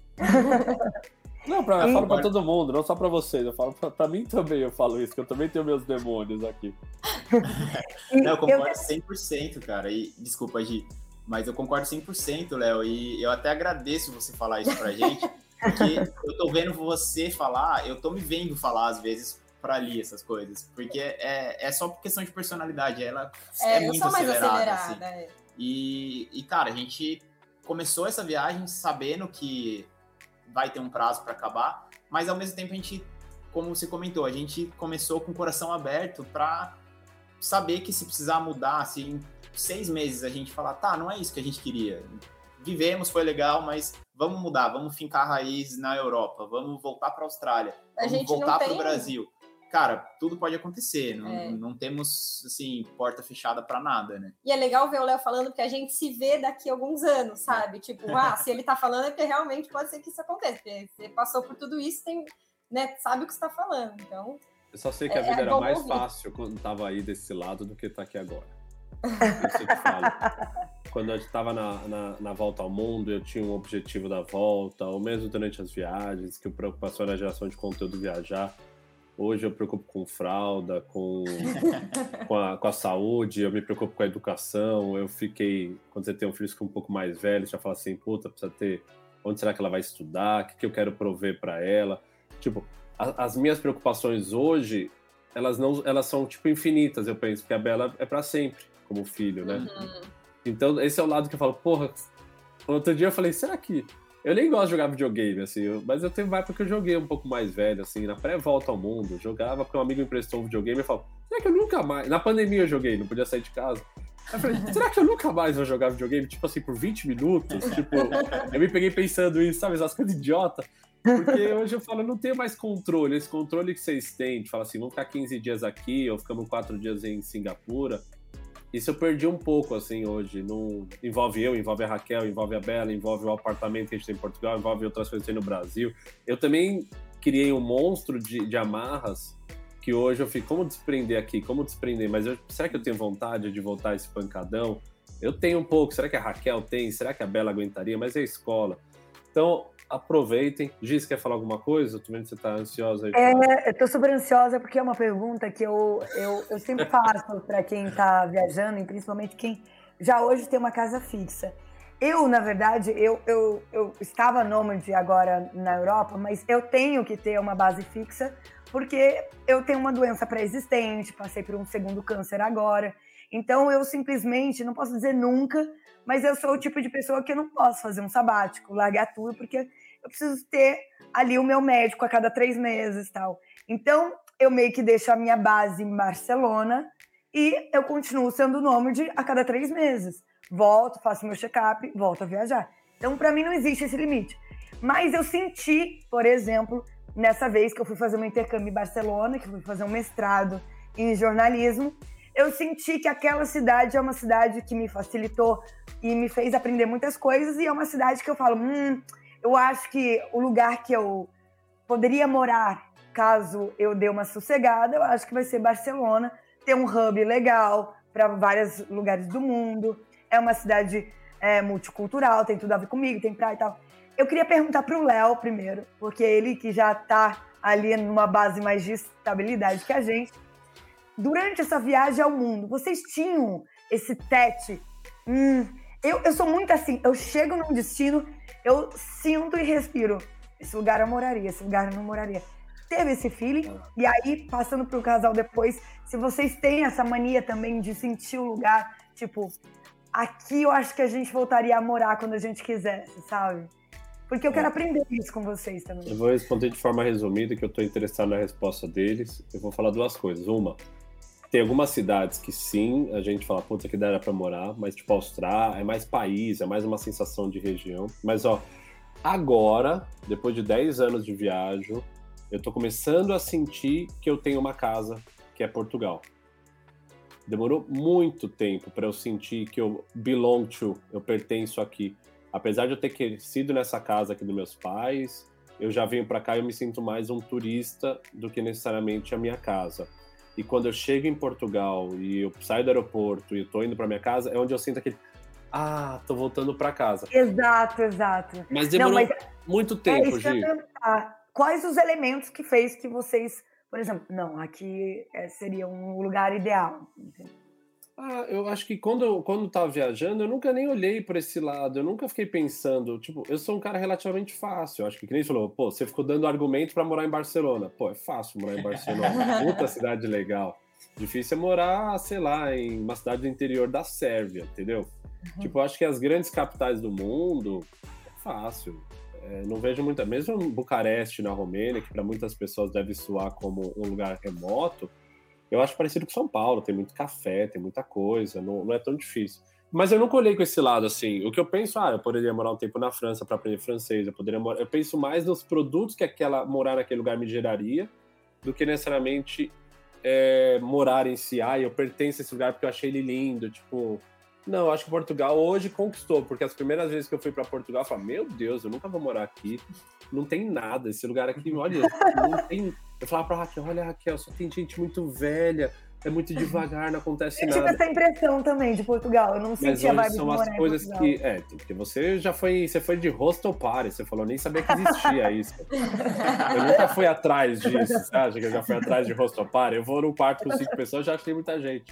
Não, pra, eu falo pra todo mundo, não só pra vocês, eu falo pra, pra mim também, eu falo isso, que eu também tenho meus demônios aqui. Não, eu concordo cem por cento, cara. E desculpa, Gi, mas eu concordo cem por cento, Léo. E eu até agradeço você falar isso pra gente, porque eu tô vendo você falar, eu tô me vendo falar às vezes pra ali essas coisas, porque é, é só por questão de personalidade, ela é, É, eu muito sou mais acelerada. acelerada. assim. é. E, e, cara, a gente começou essa viagem sabendo que vai ter um prazo para acabar, mas ao mesmo tempo a gente, como você comentou, a gente começou com o coração aberto para saber que se precisar mudar, se em seis meses a gente falar, tá, não é isso que a gente queria, vivemos, foi legal, mas vamos mudar, vamos fincar a raiz na Europa, vamos voltar para a Austrália, A vamos gente não voltar para o tem- Brasil. cara, tudo pode acontecer, não, É. não temos, assim, porta fechada para nada, né? E é legal ver o Léo falando, porque a gente se vê daqui a alguns anos, sabe? Tipo, ah, se ele tá falando é porque realmente pode ser que isso aconteça, porque você passou por tudo isso, tem, né, sabe o que você tá falando, então... Eu só sei que a vida É, é era bom mais ouvir. fácil quando tava aí desse lado do que tá aqui agora. Isso eu te falo. Quando eu estava na, na, na volta ao mundo, eu tinha um objetivo da volta, ou mesmo durante as viagens, que a preocupação era a geração de conteúdo viajar. Hoje eu me preocupo com fralda, com, com, a, com a saúde, eu me preocupo com a educação. Eu fiquei, quando você tem um filho que é um pouco mais velho, você já fala assim, puta, precisa ter, onde será que ela vai estudar? O que, que eu quero prover para ela? Tipo, a, as minhas preocupações hoje, elas, não, elas são, tipo, infinitas, eu penso, porque a Bela é para sempre, como filho, né? Uhum. Então, esse é o lado que eu falo, porra, outro dia eu falei, será que... Eu nem gosto de jogar videogame, assim, eu, mas eu tenho uma época que eu joguei um pouco mais velho, assim, na pré-volta ao mundo, eu jogava porque um amigo me emprestou um videogame e eu falo, será que eu nunca mais... Na pandemia eu joguei, não podia sair de casa. Aí eu falei, será que eu nunca mais vou jogar videogame, tipo assim, por vinte minutos? Tipo, eu me peguei pensando isso, sabe, essas coisas idiotas. Porque hoje eu falo, eu não tenho mais controle, esse controle que vocês têm, de falar assim, vamos ficar quinze dias aqui, ou ficamos quatro dias em Singapura. Isso eu perdi um pouco, assim, hoje. Não envolve eu, envolve a Raquel, envolve a Bela, envolve o apartamento que a gente tem em Portugal, envolve outras coisas que tem no Brasil. Eu também criei um monstro de, de amarras que hoje eu fico, como desprender aqui? Como desprender? Mas eu, será que eu tenho vontade de voltar a esse pancadão? Eu tenho um pouco. Será que a Raquel tem? Será que a Bela aguentaria? Mas é a escola. Então, aproveitem. Giz, quer falar alguma coisa? Eu tô vendo que você tá ansiosa aí. É, eu tô super ansiosa porque é uma pergunta que eu, eu, eu sempre faço para quem tá viajando, e principalmente quem já hoje tem uma casa fixa. Eu, na verdade, eu, eu, eu estava nômade agora na Europa, mas eu tenho que ter uma base fixa porque eu tenho uma doença pré-existente, passei por um segundo câncer agora. Então, eu simplesmente, não posso dizer nunca, mas eu sou o tipo de pessoa que eu não posso fazer um sabático, largar tudo, porque eu preciso ter ali o meu médico a cada três meses e tal. Então, eu meio que deixo a minha base em Barcelona e eu continuo sendo nômade a cada três meses. Volto, faço meu check-up, volto a viajar. Então, para mim, não existe esse limite. Mas eu senti, por exemplo, nessa vez que eu fui fazer um intercâmbio em Barcelona, que eu fui fazer um mestrado em jornalismo, eu senti que aquela cidade é uma cidade que me facilitou e me fez aprender muitas coisas, e é uma cidade que eu falo, hum, eu acho que o lugar que eu poderia morar, caso eu dê uma sossegada, eu acho que vai ser Barcelona. Tem um hub legal para vários lugares do mundo, é uma cidade é, multicultural, tem tudo a ver comigo, tem praia e tal. Eu queria perguntar para o Léo primeiro, porque ele que já está ali numa base mais de estabilidade que a gente. Durante essa viagem ao mundo, vocês tinham esse tete? Hum, eu, eu sou muito assim, eu chego num destino, eu sinto e respiro. Esse lugar eu moraria, esse lugar eu não moraria. Teve esse feeling? E aí, passando pro casal depois, se vocês têm essa mania também de sentir o lugar, tipo, aqui eu acho que a gente voltaria a morar quando a gente quisesse, sabe? Porque eu quero aprender isso com vocês também. Eu vou responder de forma resumida, que eu estou interessado na resposta deles. Eu vou falar duas coisas. Uma, tem algumas cidades que sim, a gente fala, puta, que dá pra morar, mas tipo, Austrália é mais país, é mais uma sensação de região. Mas ó, agora, depois de dez anos de viagem, eu tô começando a sentir que eu tenho uma casa, que é Portugal. Demorou muito tempo para eu sentir que eu belong to, eu pertenço aqui. Apesar de eu ter crescido nessa casa aqui dos meus pais, eu já venho para cá e eu me sinto mais um turista do que necessariamente a minha casa. E quando eu chego em Portugal e eu saio do aeroporto e eu tô indo para minha casa, é onde eu sinto aquele, ah, tô voltando para casa. Exato, exato. Mas demorou Não, mas muito é tempo, isso que eu Gi. ia perguntar. Quais os elementos que fez que vocês, por exemplo, não, aqui é, seria um lugar ideal? Ah, eu acho que quando eu quando tava viajando, eu nunca nem olhei por esse lado, eu nunca fiquei pensando, tipo, eu sou um cara relativamente fácil, eu acho que que nem você falou, pô, você ficou dando argumento pra morar em Barcelona. Pô, é fácil morar em Barcelona, puta cidade legal. Difícil é morar, sei lá, em uma cidade do interior da Sérvia, entendeu? Uhum. Tipo, eu acho que as grandes capitais do mundo é fácil. É, não vejo muita, mesmo Bucareste na Romênia, que para muitas pessoas deve soar como um lugar remoto, eu acho parecido com São Paulo, tem muito café, tem muita coisa, não, não é tão difícil. Mas eu não colhei com esse lado, assim. O que eu penso, ah, eu poderia morar um tempo na França para aprender francês, eu poderia morar... Eu penso mais nos produtos que aquela morar naquele lugar me geraria do que necessariamente é, morar em si. Ah, eu pertenço a esse lugar porque eu achei ele lindo, tipo... Não, eu acho que Portugal hoje conquistou, porque as primeiras vezes que eu fui para Portugal, eu falei, meu Deus, eu nunca vou morar aqui, não tem nada, esse lugar aqui, olha, não tem... Eu falava pra Raquel, olha, Raquel, só tem gente muito velha, é muito devagar, não acontece eu nada. Eu tive essa impressão também de Portugal, eu não sentia a vibe de morar são as coisas em Portugal. que... É, porque você já foi, você foi de hostel party, você falou, nem sabia que existia isso. Eu nunca fui atrás disso, você acha que eu já fui atrás de hostel party? Eu vou num quarto com cinco pessoas, já achei muita gente.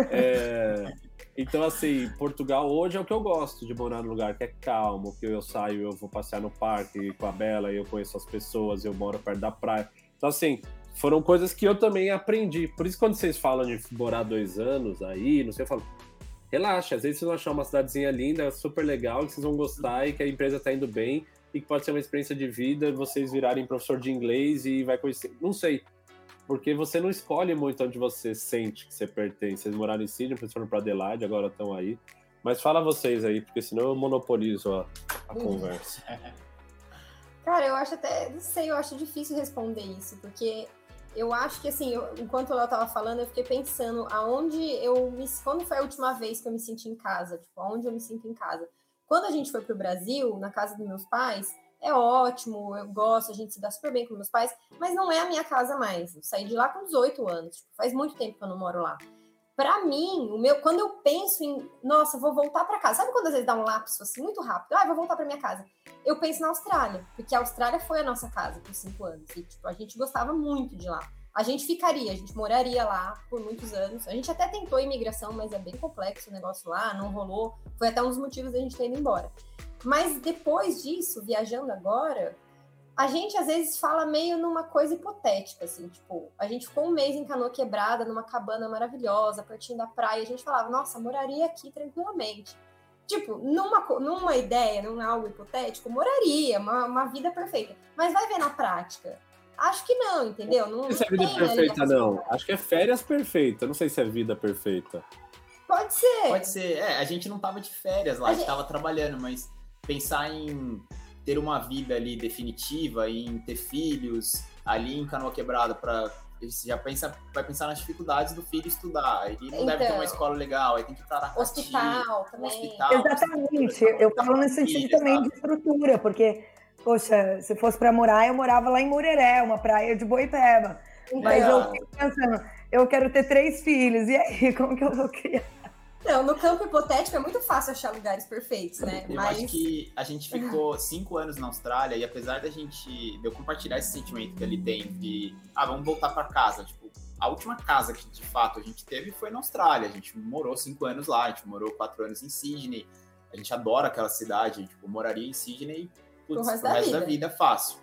É... Então, assim, Portugal hoje é o que eu gosto, de morar num lugar que é calmo, que eu saio, eu vou passear no parque com a Bela, eu conheço as pessoas, eu moro perto da praia. Então, assim, foram coisas que eu também aprendi. Por isso, quando vocês falam de morar dois anos aí, não sei, eu falo, relaxa, às vezes vocês vão achar uma cidadezinha linda, super legal, que vocês vão gostar e que a empresa tá indo bem e que pode ser uma experiência de vida, vocês virarem professor de inglês e vai conhecer, não sei. Porque você não escolhe muito onde você sente que você pertence. Vocês moraram em Sydney, depois foram para Adelaide, agora estão aí. Mas fala vocês aí, porque senão eu monopolizo a, a conversa. Cara, eu acho até, não sei, eu acho difícil responder isso, porque eu acho que, assim, eu, enquanto eu tava falando, eu fiquei pensando aonde eu me... Quando foi a última vez que eu me senti em casa? Tipo, aonde eu me sinto em casa? Quando a gente foi pro Brasil, na casa dos meus pais... É ótimo, eu gosto, a gente se dá super bem com meus pais, mas não é a minha casa mais. Eu saí de lá com dezoito anos, tipo, faz muito tempo que eu não moro lá. Pra mim, o meu, quando eu penso em, nossa, vou voltar pra casa, sabe quando às vezes dá um lapso assim, muito rápido? Ah, vou voltar pra minha casa. Eu penso na Austrália, porque a Austrália foi a nossa casa por cinco anos, e tipo, a gente gostava muito de lá. A gente ficaria, a gente moraria lá por muitos anos. A gente até tentou imigração, mas é bem complexo o negócio lá, não rolou. Foi até um dos motivos da gente ter ido embora. Mas depois disso, viajando agora, a gente às vezes fala meio numa coisa hipotética, assim, tipo, a gente ficou um mês em Canoa Quebrada, numa cabana maravilhosa, pertinho da praia, a gente falava, nossa, moraria aqui tranquilamente. Tipo, numa, numa ideia, num algo hipotético, moraria, uma, uma vida perfeita. Mas vai ver na prática. Acho que não, entendeu? Não, não sei se é vida perfeita, não. Acho que é férias perfeita, não sei se é vida perfeita. Pode ser. Pode ser. É, a gente não tava de férias lá, a, a gente tava trabalhando, mas pensar em ter uma vida ali definitiva, em ter filhos ali em Canoa Quebrada, para você já pensa, vai pensar nas dificuldades do filho estudar. Ele não então, deve ter uma escola legal, aí tem que ir para Aracati, hospital também. Hospital, exatamente. Eu falo nesse sentido também sabe? de estrutura, porque, poxa, se fosse para morar, eu morava lá em Mureré, uma praia de Boipeba. Então, mas eu fico pensando, eu quero ter três filhos, e aí, como que eu vou criar? Não, no campo hipotético é muito fácil achar lugares perfeitos, né? Eu Mas... acho que a gente ficou cinco anos na Austrália e apesar da gente, de eu compartilhar esse sentimento que ele tem de, ah, vamos voltar para casa, tipo, a última casa que de fato a gente teve foi na Austrália, a gente morou cinco anos lá, a gente morou quatro anos em Sydney, a gente adora aquela cidade, tipo, moraria em Sydney putz, pro resto, pro resto da, vida. da vida fácil.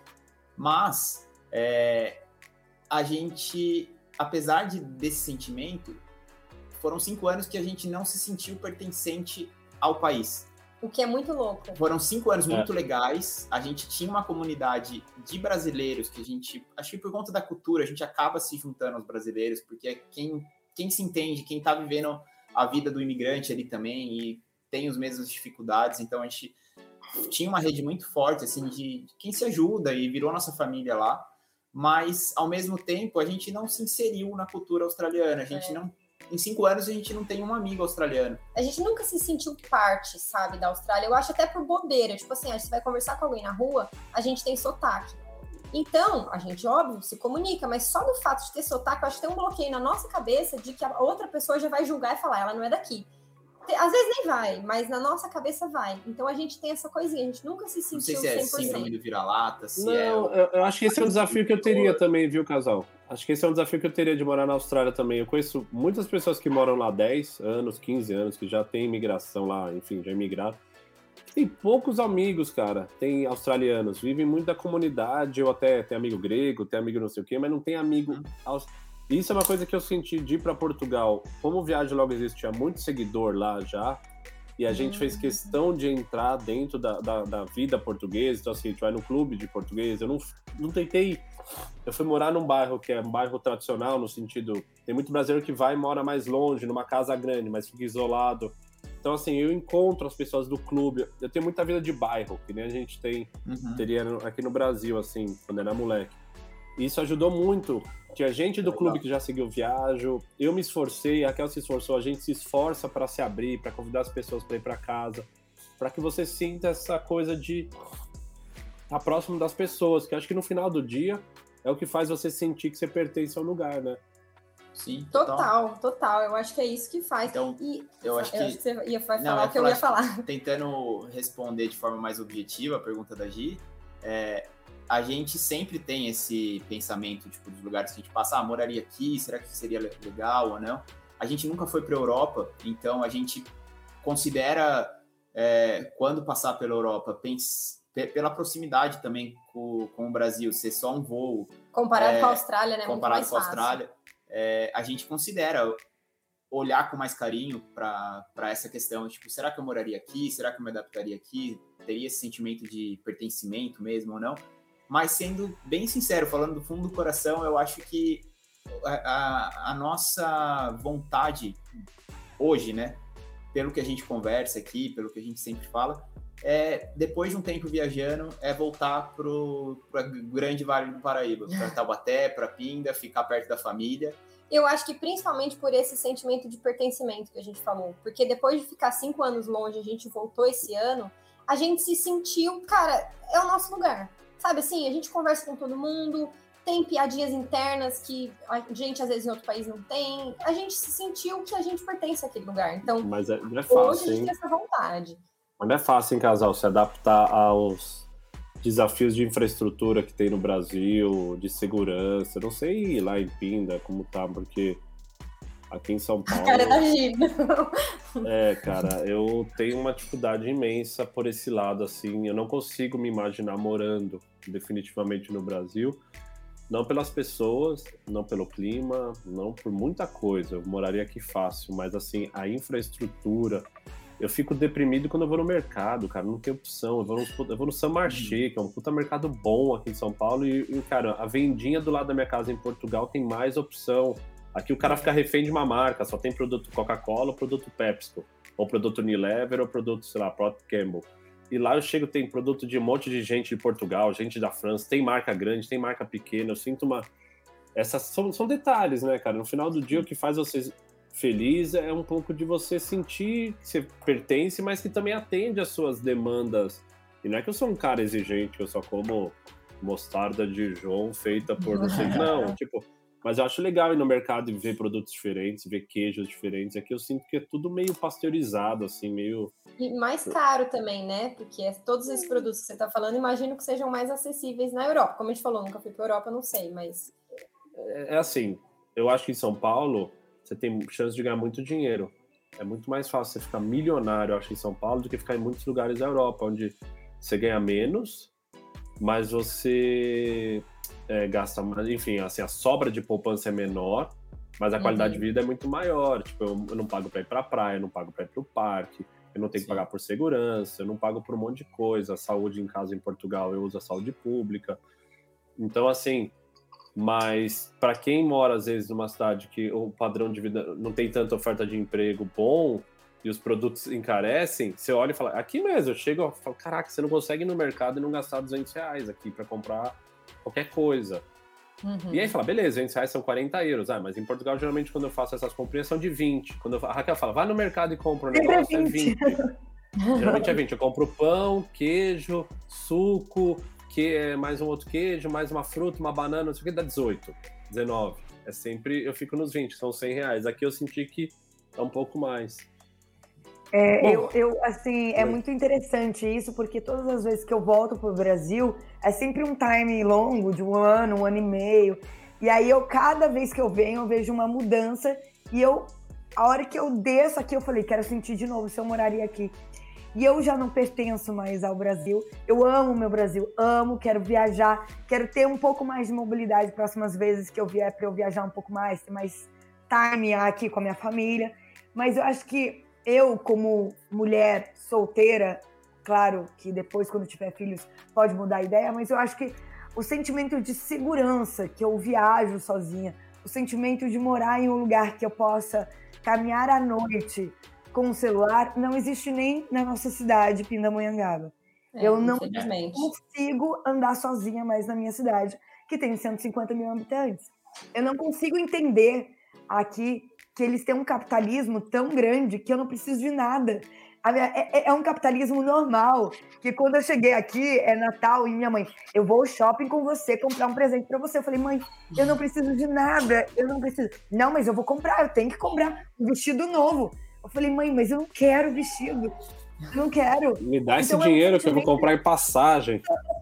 Mas, é, a gente, apesar de, desse sentimento, foram cinco anos que a gente não se sentiu pertencente ao país. O que é muito louco. Foram cinco anos muito é. legais. A gente tinha uma comunidade de brasileiros que a gente... Acho que por conta da cultura, a gente acaba se juntando aos brasileiros, porque quem, quem se entende, quem está vivendo a vida do imigrante ali também e tem as mesmas dificuldades. Então, a gente tinha uma rede muito forte, assim, de quem se ajuda e virou nossa família lá. Mas, ao mesmo tempo, a gente não se inseriu na cultura australiana. A gente é. não... Em cinco anos, a gente não tem um amigo australiano. A gente nunca se sentiu parte, sabe, da Austrália. Eu acho até por bobeira. Tipo assim, a gente vai conversar com alguém na rua, a gente tem sotaque. Então, a gente, óbvio, se comunica, mas só do fato de ter sotaque, eu acho que tem um bloqueio na nossa cabeça de que a outra pessoa já vai julgar e falar, ela não é daqui. Às vezes nem vai, mas na nossa cabeça vai. Então a gente tem essa coisinha, a gente nunca se sentiu cem por cento. Não sei se é síndrome do vira-lata, se não, é... eu, eu acho que esse é um desafio que eu teria também, viu, casal? Acho que esse é um desafio que eu teria de morar na Austrália também. Eu conheço muitas pessoas que moram lá dez anos, quinze anos, que já tem imigração lá, enfim, já imigraram. Tem poucos amigos, cara, tem australianos, vivem muito da comunidade, ou até tem amigo grego, tem amigo não sei o quê, mas não tem amigo... Hum. Aust... Isso é uma coisa que eu senti de ir para Portugal. Como o Viagem Logo Existe, tinha muito seguidor lá já, e a uhum. gente fez questão de entrar dentro da, da, da vida portuguesa. Então, assim, a gente vai no clube de português. Eu não, não tentei... Eu fui morar num bairro que é um bairro tradicional, no sentido... Tem muito brasileiro que vai e mora mais longe, numa casa grande, mas fica isolado. Então, assim, eu encontro as pessoas do clube. Eu tenho muita vida de bairro, que nem a gente tem, uhum. teria aqui no Brasil, assim, quando era moleque. E isso ajudou muito Tinha gente do clube que já seguiu Viajo, eu me esforcei, a Raquel se esforçou, a gente se esforça para se abrir, para convidar as pessoas para ir para casa, para que você sinta essa coisa de estar próximo das pessoas, que acho que no final do dia é o que faz você sentir que você pertence ao lugar, né? Sim, total. Total, total. Eu acho que é isso que faz. Então, e eu acho que, eu acho que você ia falar não, o que eu ia falar. Tentando responder de forma mais objetiva a pergunta da Gi, é, a gente sempre tem esse pensamento, tipo, dos lugares que a gente passa, ah, moraria aqui, será que seria legal ou não? A gente nunca foi para a Europa, então a gente considera, é, quando passar pela Europa, pense, pela proximidade também com, com o Brasil, ser só um voo. Comparado é, com a Austrália, né? Comparado muito mais com a Austrália, é, a gente considera olhar com mais carinho para essa questão, tipo, será que eu moraria aqui? Será que eu me adaptaria aqui? Teria esse sentimento de pertencimento mesmo ou não? Mas sendo bem sincero, falando do fundo do coração, eu acho que a, a, a nossa vontade hoje, né, pelo que a gente conversa aqui, pelo que a gente sempre fala, é, depois de um tempo viajando, é voltar para o grande Vale do Paraíba, para Taubaté, para Pinda, ficar perto da família. Eu acho que principalmente por esse sentimento de pertencimento que a gente falou, porque depois de ficar cinco anos longe, a gente voltou esse ano, a gente se sentiu, cara, é o nosso lugar. Sabe assim, a gente conversa com todo mundo, tem piadinhas internas que a gente, às vezes, em outro país não tem. A gente se sentiu que a gente pertence àquele lugar. Então, Mas é, não é fácil, hoje a gente hein? tem essa vontade. Mas não é fácil, hein, casal, se adaptar aos desafios de infraestrutura que tem no Brasil, de segurança. Não sei lá em Pinda como tá, porque aqui em São Paulo... A cara tá gindo. É, cara, eu tenho uma dificuldade imensa por esse lado, assim. Eu não consigo me imaginar morando definitivamente no Brasil. Não pelas pessoas, não pelo clima, não por muita coisa. Eu moraria aqui fácil, mas, assim, a infraestrutura... Eu fico deprimido quando eu vou no mercado, cara, não tem opção. Eu vou no, eu vou no San Marché, que é um puta mercado bom aqui em São Paulo, e, e, cara, a vendinha do lado da minha casa em Portugal tem mais opção. Aqui o cara fica refém de uma marca, só tem produto Coca-Cola ou produto PepsiCo, ou produto Unilever ou produto, sei lá, Procter and Gamble. E lá eu chego, tem produto de um monte de gente de Portugal, gente da França, tem marca grande, tem marca pequena, eu sinto uma... Essas são, são detalhes, né, cara? No final do dia, o que faz vocês... feliz é um pouco de você sentir que você pertence, mas que também atende às suas demandas. E não é que eu sou um cara exigente, que eu só como mostarda de João feita por vocês. Não, tipo, mas eu acho legal ir no mercado e ver produtos diferentes, ver queijos diferentes. Aqui eu sinto que é tudo meio pasteurizado, assim, meio... E mais caro também, né? Porque todos esses produtos que você está falando, imagino que sejam mais acessíveis na Europa. Como a gente falou, nunca fui para a Europa, não sei, mas... É, é assim, eu acho que em São Paulo... você tem chance de ganhar muito dinheiro. É muito mais fácil você ficar milionário, eu acho, em São Paulo, do que ficar em muitos lugares da Europa, onde você ganha menos, mas você é, gasta mais, enfim, assim, a sobra de poupança é menor, mas a uhum. qualidade de vida é muito maior. Tipo, eu, eu não pago para ir para a praia, eu não pago para ir para o parque, eu não tenho Sim. que pagar por segurança, eu não pago por um monte de coisa. A saúde em casa em Portugal, eu uso a saúde pública. Então, assim... Mas para quem mora, às vezes, numa cidade que o padrão de vida não tem tanta oferta de emprego bom e os produtos encarecem, você olha e fala, aqui mesmo, eu chego e falo, caraca, você não consegue ir no mercado e não gastar duzentos reais aqui para comprar qualquer coisa. Uhum. E aí fala, beleza, duzentos reais são quarenta euros. Ah, mas em Portugal, geralmente, quando eu faço essas comprinhas, são de vinte. Quando eu, a Raquel fala, vai no mercado e compra um negócio, é vinte. Geralmente é vinte. Eu compro pão, queijo, suco... que é mais um outro queijo, mais uma fruta, uma banana, não sei o que, dá dezoito, dezenove. É sempre, eu fico nos vinte, são cem reais. Aqui eu senti que é um pouco mais. É, Bom, eu, eu, assim, é muito interessante isso, porque todas as vezes que eu volto pro Brasil, é sempre um time longo, de um ano, um ano e meio. E aí, eu, cada vez que eu venho, eu vejo uma mudança. E eu, a hora que eu desço aqui, eu falei, quero sentir de novo se eu moraria aqui. E eu já não pertenço mais ao Brasil. Eu amo o meu Brasil, amo, quero viajar, quero ter um pouco mais de mobilidade próximas vezes que eu vier, para eu viajar um pouco mais, ter mais time aqui com a minha família. Mas eu acho que eu, como mulher solteira, claro que depois, quando tiver filhos, pode mudar a ideia, mas eu acho que o sentimento de segurança, que eu viajo sozinha, o sentimento de morar em um lugar que eu possa caminhar à noite com o celular, não existe nem na nossa cidade, Pindamonhangaba. É, eu não consigo andar sozinha mais na minha cidade, que tem cento e cinquenta mil habitantes. eu não consigo entender aqui que eles têm um capitalismo tão grande que eu não preciso de nada. É, é um capitalismo normal, que quando eu cheguei aqui, é Natal, e minha mãe, eu vou ao shopping com você comprar um presente para você. Eu falei, mãe, eu não preciso de nada, eu não preciso. Não, mas eu vou comprar, eu tenho que comprar um vestido novo. Eu falei, mãe, mas eu não quero vestido, eu não quero. Me dá esse então, dinheiro que eu vou comprar em passagem.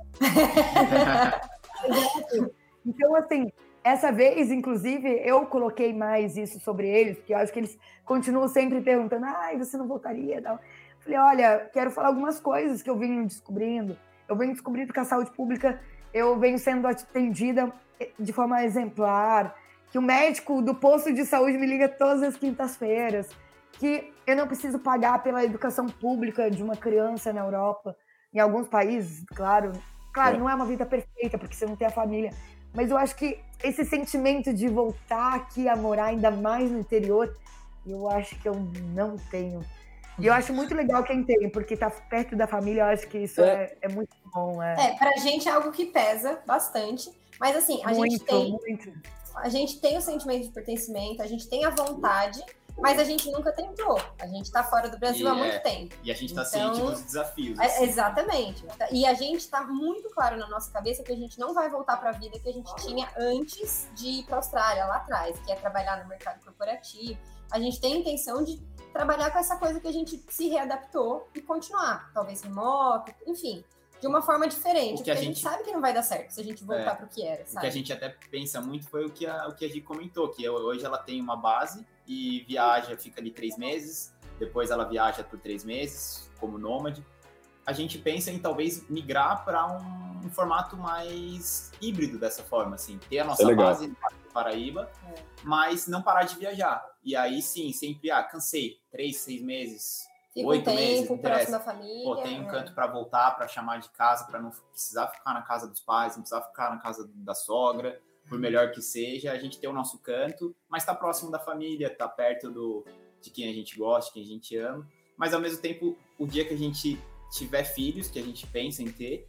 Então, assim, essa vez, inclusive, eu coloquei mais isso sobre eles, porque eu acho que eles continuam sempre perguntando, ai, você não voltaria? Não. Falei, olha, quero falar algumas coisas que eu venho descobrindo. Eu venho descobrindo que a saúde pública, eu venho sendo atendida de forma exemplar, que o médico do posto de saúde me liga todas as quintas-feiras, que eu não preciso pagar pela educação pública de uma criança na Europa, em alguns países, claro. Claro, é. Não é uma vida perfeita, porque você não tem a família, mas eu acho que esse sentimento de voltar aqui a morar ainda mais no interior, eu acho que eu não tenho. E eu acho muito legal quem tem, porque tá perto da família, eu acho que isso é, é, é muito bom. É. é, pra gente é algo que pesa bastante, mas assim, a muito, gente tem muito. a gente tem o sentimento de pertencimento, a gente tem a vontade, mas a gente nunca tentou. A gente tá fora do Brasil e há muito é, tempo. E a gente tá então, ciente dos desafios. É, assim. exatamente. E a gente tá muito claro na nossa cabeça que a gente não vai voltar para a vida que a gente tinha antes de ir para a Austrália, lá atrás, que é trabalhar no mercado corporativo. A gente tem a intenção de trabalhar com essa coisa que a gente se readaptou e continuar. Talvez remoto, enfim, de uma forma diferente. Porque a gente... a gente sabe que não vai dar certo se a gente voltar é, para o que era, sabe? O que a gente até pensa muito foi o que a, o que a Gi comentou, que hoje ela tem uma base e viaja, fica ali três meses, depois ela viaja por três meses como nômade. A gente pensa em talvez migrar para um, um formato mais híbrido dessa forma, assim, ter a nossa é base no Paraíba, é. mas não parar de viajar. E aí sim, sempre, ah, cansei, três, seis meses, Fica oito um meses, tempo próximo da família. Pô, tem um é. canto para voltar, para chamar de casa, para não precisar ficar na casa dos pais, não precisar ficar na casa da sogra, por melhor que seja, a gente tem o nosso canto, mas tá próximo da família, tá perto do, de quem a gente gosta, de quem a gente ama, mas ao mesmo tempo, o dia que a gente tiver filhos, que a gente pensa em ter,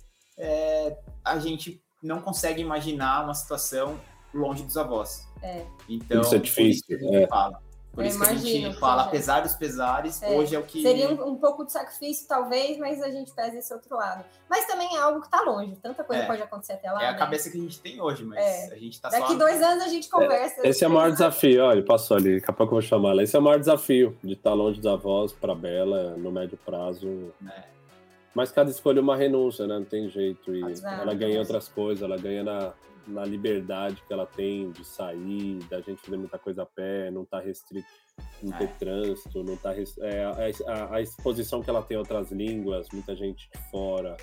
é, a gente não consegue imaginar uma situação longe dos avós. É. Então, isso é difícil. Por isso que a gente fala, por Eu isso que a gente imagino, fala, seja. apesar dos pesares, É. hoje é o que... Seria um, um pouco de sacrifício, talvez, mas a gente pesa esse outro lado. Mas também é algo que tá longe, tanta coisa É. pode acontecer até lá. É a né? cabeça que a gente tem hoje, mas É. a gente tá Daqui só... dois anos a gente conversa. É, esse é o maior desafio, olha, passou ali, daqui a pouco eu vou chamar ela. Esse é o maior desafio, de estar longe dos avós, para Bela, no médio prazo. É. Mas cada escolha é uma renúncia, né? Não tem jeito. E Exato. ela ganha outras coisas, ela ganha na, na liberdade que ela tem de sair, da gente fazer muita coisa a pé, não tá restrito, não ter É. trânsito, não tá rest... é, a, a exposição que ela tem a outras línguas, muita gente de fora,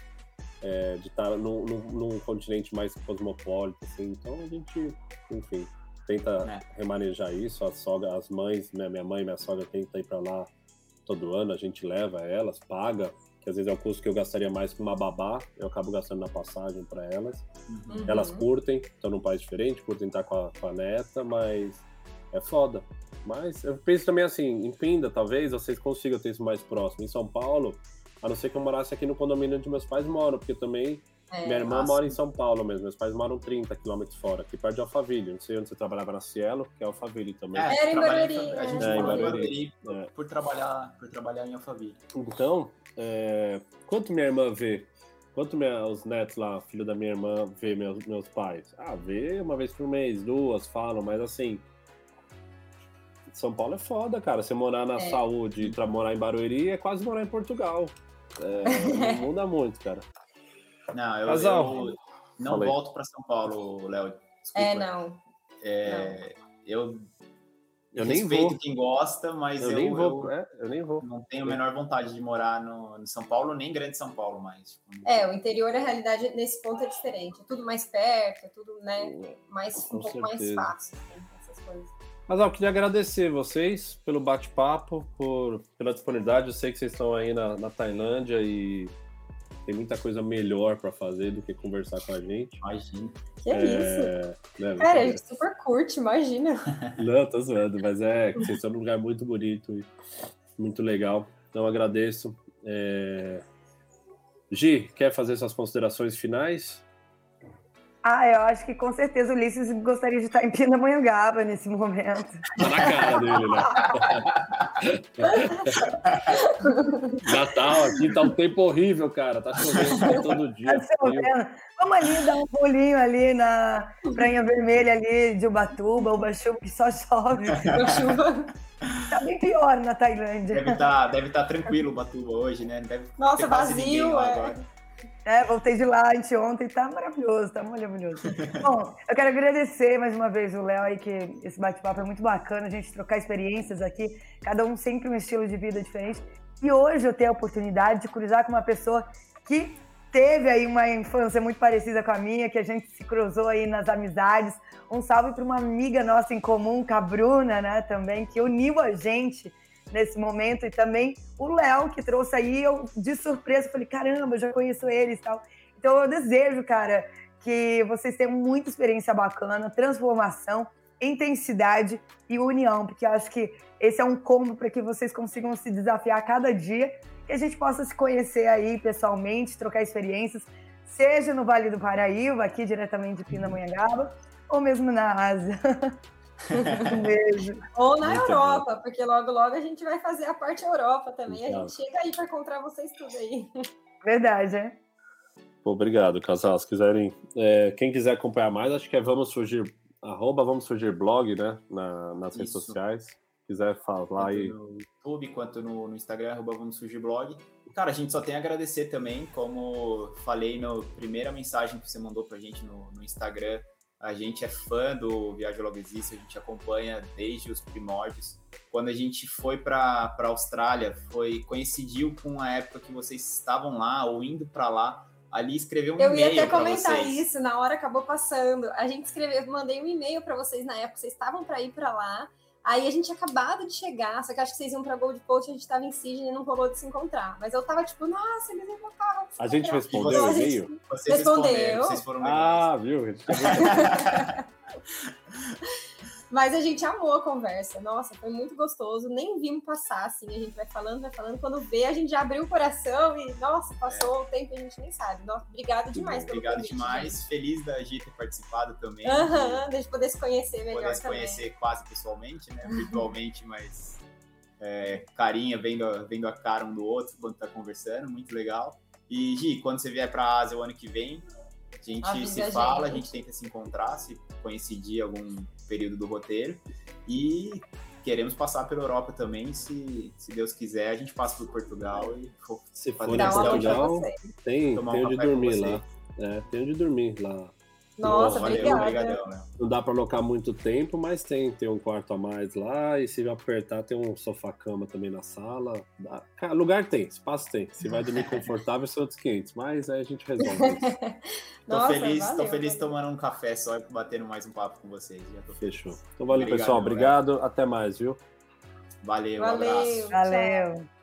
é, de estar num, num, num continente mais cosmopolita, assim. Então a gente, enfim, tenta É. remanejar isso. A sogra, as mães, né? Minha mãe e minha sogra tentam ir para lá todo ano, a gente leva elas, paga, que às vezes é o custo que eu gastaria mais com uma babá, eu acabo gastando na passagem para elas. Uhum. Elas curtem, estão num país diferente, curtem estar com a, com a neta, mas é foda. Mas eu penso também assim, em Pinda, talvez vocês consigam ter isso mais próximo. Em São Paulo, a não ser que eu morasse aqui no condomínio onde meus pais moram, porque também É, minha irmã nossa. mora em São Paulo mesmo, meus pais moram trinta quilômetros fora, aqui perto de Alphaville. Não sei onde você trabalhava na Cielo, que é Alphaville também. É, Era em trabalha Barueri, A gente é. É, em falou em Barueri. Barueri por, É. por trabalhar, por trabalhar em Alphaville. Então, é, quanto minha irmã vê, quanto minha, os netos lá, filho da minha irmã, vê meus, meus pais? Ah, vê uma vez por mês, duas, falam, mas assim, São Paulo é foda, cara. Você morar na É. saúde e pra morar em Barueri é quase morar em Portugal. É, não muda muito, cara. Não, eu, Casal. eu não Falei. volto para São Paulo, Léo. Desculpa. É, não. É, eu Eu nem respeito vou. quem gosta, mas Eu, eu, nem vou, eu é, eu nem vou. não tenho a menor vontade de morar no, no São Paulo, nem grande São Paulo mais. É, o interior, a realidade nesse ponto é diferente. É tudo mais perto, é tudo, né, mais, um Com pouco mais certeza. fácil, né, essas coisas. Mas ó, eu queria agradecer vocês pelo bate-papo, por, pela disponibilidade. Eu sei que vocês estão aí na, na Tailândia e tem muita coisa melhor para fazer do que conversar com a gente. Imagina. Que é, isso? Né, Cara, a gente super curte, imagina. Não, tô zoando, mas é que vocês estão num lugar muito bonito e muito legal. Então agradeço. É... Gi, quer fazer suas considerações finais? Ah, eu acho que com certeza o Ulisses gostaria de estar em Pindamonhangaba nesse momento. Tá na cara dele, né? Natal, aqui tá um tempo horrível, cara. Tá chovendo todo dia. Tá chovendo. Vamos ali dar um pulinho ali na Prainha Vermelha ali de Ubatuba, Ubatuba, que só chove. Tá bem pior na Tailândia. Deve estar deve tá tranquilo o Ubatuba hoje, né? Deve Nossa, vazio, é. Agora. É, voltei de lá anteontem, tá maravilhoso, tá maravilhoso. Bom, eu quero agradecer mais uma vez o Léo aí, que esse bate-papo é muito bacana, a gente trocar experiências aqui, cada um sempre um estilo de vida diferente. E hoje eu tenho a oportunidade de cruzar com uma pessoa que teve aí uma infância muito parecida com a minha, que a gente se cruzou aí nas amizades. Um salve para uma amiga nossa em comum, com a Bruna, né, também, que uniu a gente nesse momento, e também o Léo, que trouxe aí, eu de surpresa, falei, caramba, eu já conheço eles e tal. Então eu desejo, cara, que vocês tenham muita experiência bacana, transformação, intensidade e união, porque eu acho que esse é um combo para que vocês consigam se desafiar a cada dia, que a gente possa se conhecer aí pessoalmente, trocar experiências, seja no Vale do Paraíba, aqui diretamente de Pindamonhangaba, ou mesmo na Ásia. Um beijo. Ou na Muito Europa, bom. Porque logo, logo a gente vai fazer a parte Europa também. Exato. A gente chega aí para encontrar vocês tudo aí. Verdade, é? Pô, obrigado, casal. Se quiserem, é, quem quiser acompanhar mais, acho que é Vamos Surgir, arroba Vamos Surgir blog, né? Na, nas redes Isso. sociais. Se quiser falar Tanto aí. no YouTube quanto no, no Instagram, arroba Vamos Surgir blog. Cara, a gente só tem a agradecer também, como falei na primeira mensagem que você mandou pra gente no, no Instagram. A gente é fã do Viagem Logo Existe, a gente acompanha desde os primórdios. Quando a gente foi para a Austrália, foi, coincidiu com a época que vocês estavam lá ou indo para lá. Ali escreveu um Eu e-mail ia até para comentar vocês. isso, na hora acabou passando. A gente escreveu, mandei um e-mail para vocês na época, vocês estavam para ir para lá. Aí a gente tinha acabado de chegar, só que acho que vocês iam pra Gold Coast, a gente tava em Sydney e não rolou de se encontrar. Mas eu tava tipo, nossa, eles iam voltar. A gente respondeu Então, o a gente e-mail? Vocês Respondeu. responderam, vocês foram legais. Ah, viu? A gente Mas a gente amou a conversa. Nossa, foi muito gostoso. Nem vimos passar, assim. A gente vai falando, vai falando. Quando vê, a gente já abriu o coração e, nossa, passou é. o tempo e a gente nem sabe. Nossa, obrigado demais pelo Obrigado convite, demais. gente. Feliz da Gi ter participado também. Aham, uhum, de poder se conhecer melhor poder se também. conhecer quase pessoalmente, né? Virtualmente, mas é, carinha, vendo a, vendo a cara um do outro quando tá conversando. Muito legal. E, Gi, quando você vier pra Ásia o ano que vem, a gente Avisa se a fala, gente. a gente tenta se encontrar, se coincidir algum período do roteiro. E queremos passar pela Europa também, se, se Deus quiser, a gente passa por Portugal e for, Se for fazer em Dá uma Portugal, pra vocês. tem, tomar tem um onde café com dormir você. lá. É, tem onde dormir lá. Nossa, Valeu, obrigada. obrigadão, né? Não dá pra alocar muito tempo, mas tem, tem um quarto a mais lá, e se apertar tem um sofá-cama também na sala. Dá. Cara, lugar tem, espaço tem. Se vai dormir confortável, são outros quinhentos, mas aí a gente resolve isso. Tô Nossa, feliz, valeu, tô feliz valeu. tomando um café só e batendo mais um papo com vocês. Já tô feliz. Fechou. Então valeu, Obrigado, pessoal. meu Obrigado. Até mais, viu? Valeu, um Valeu. abraço. Valeu.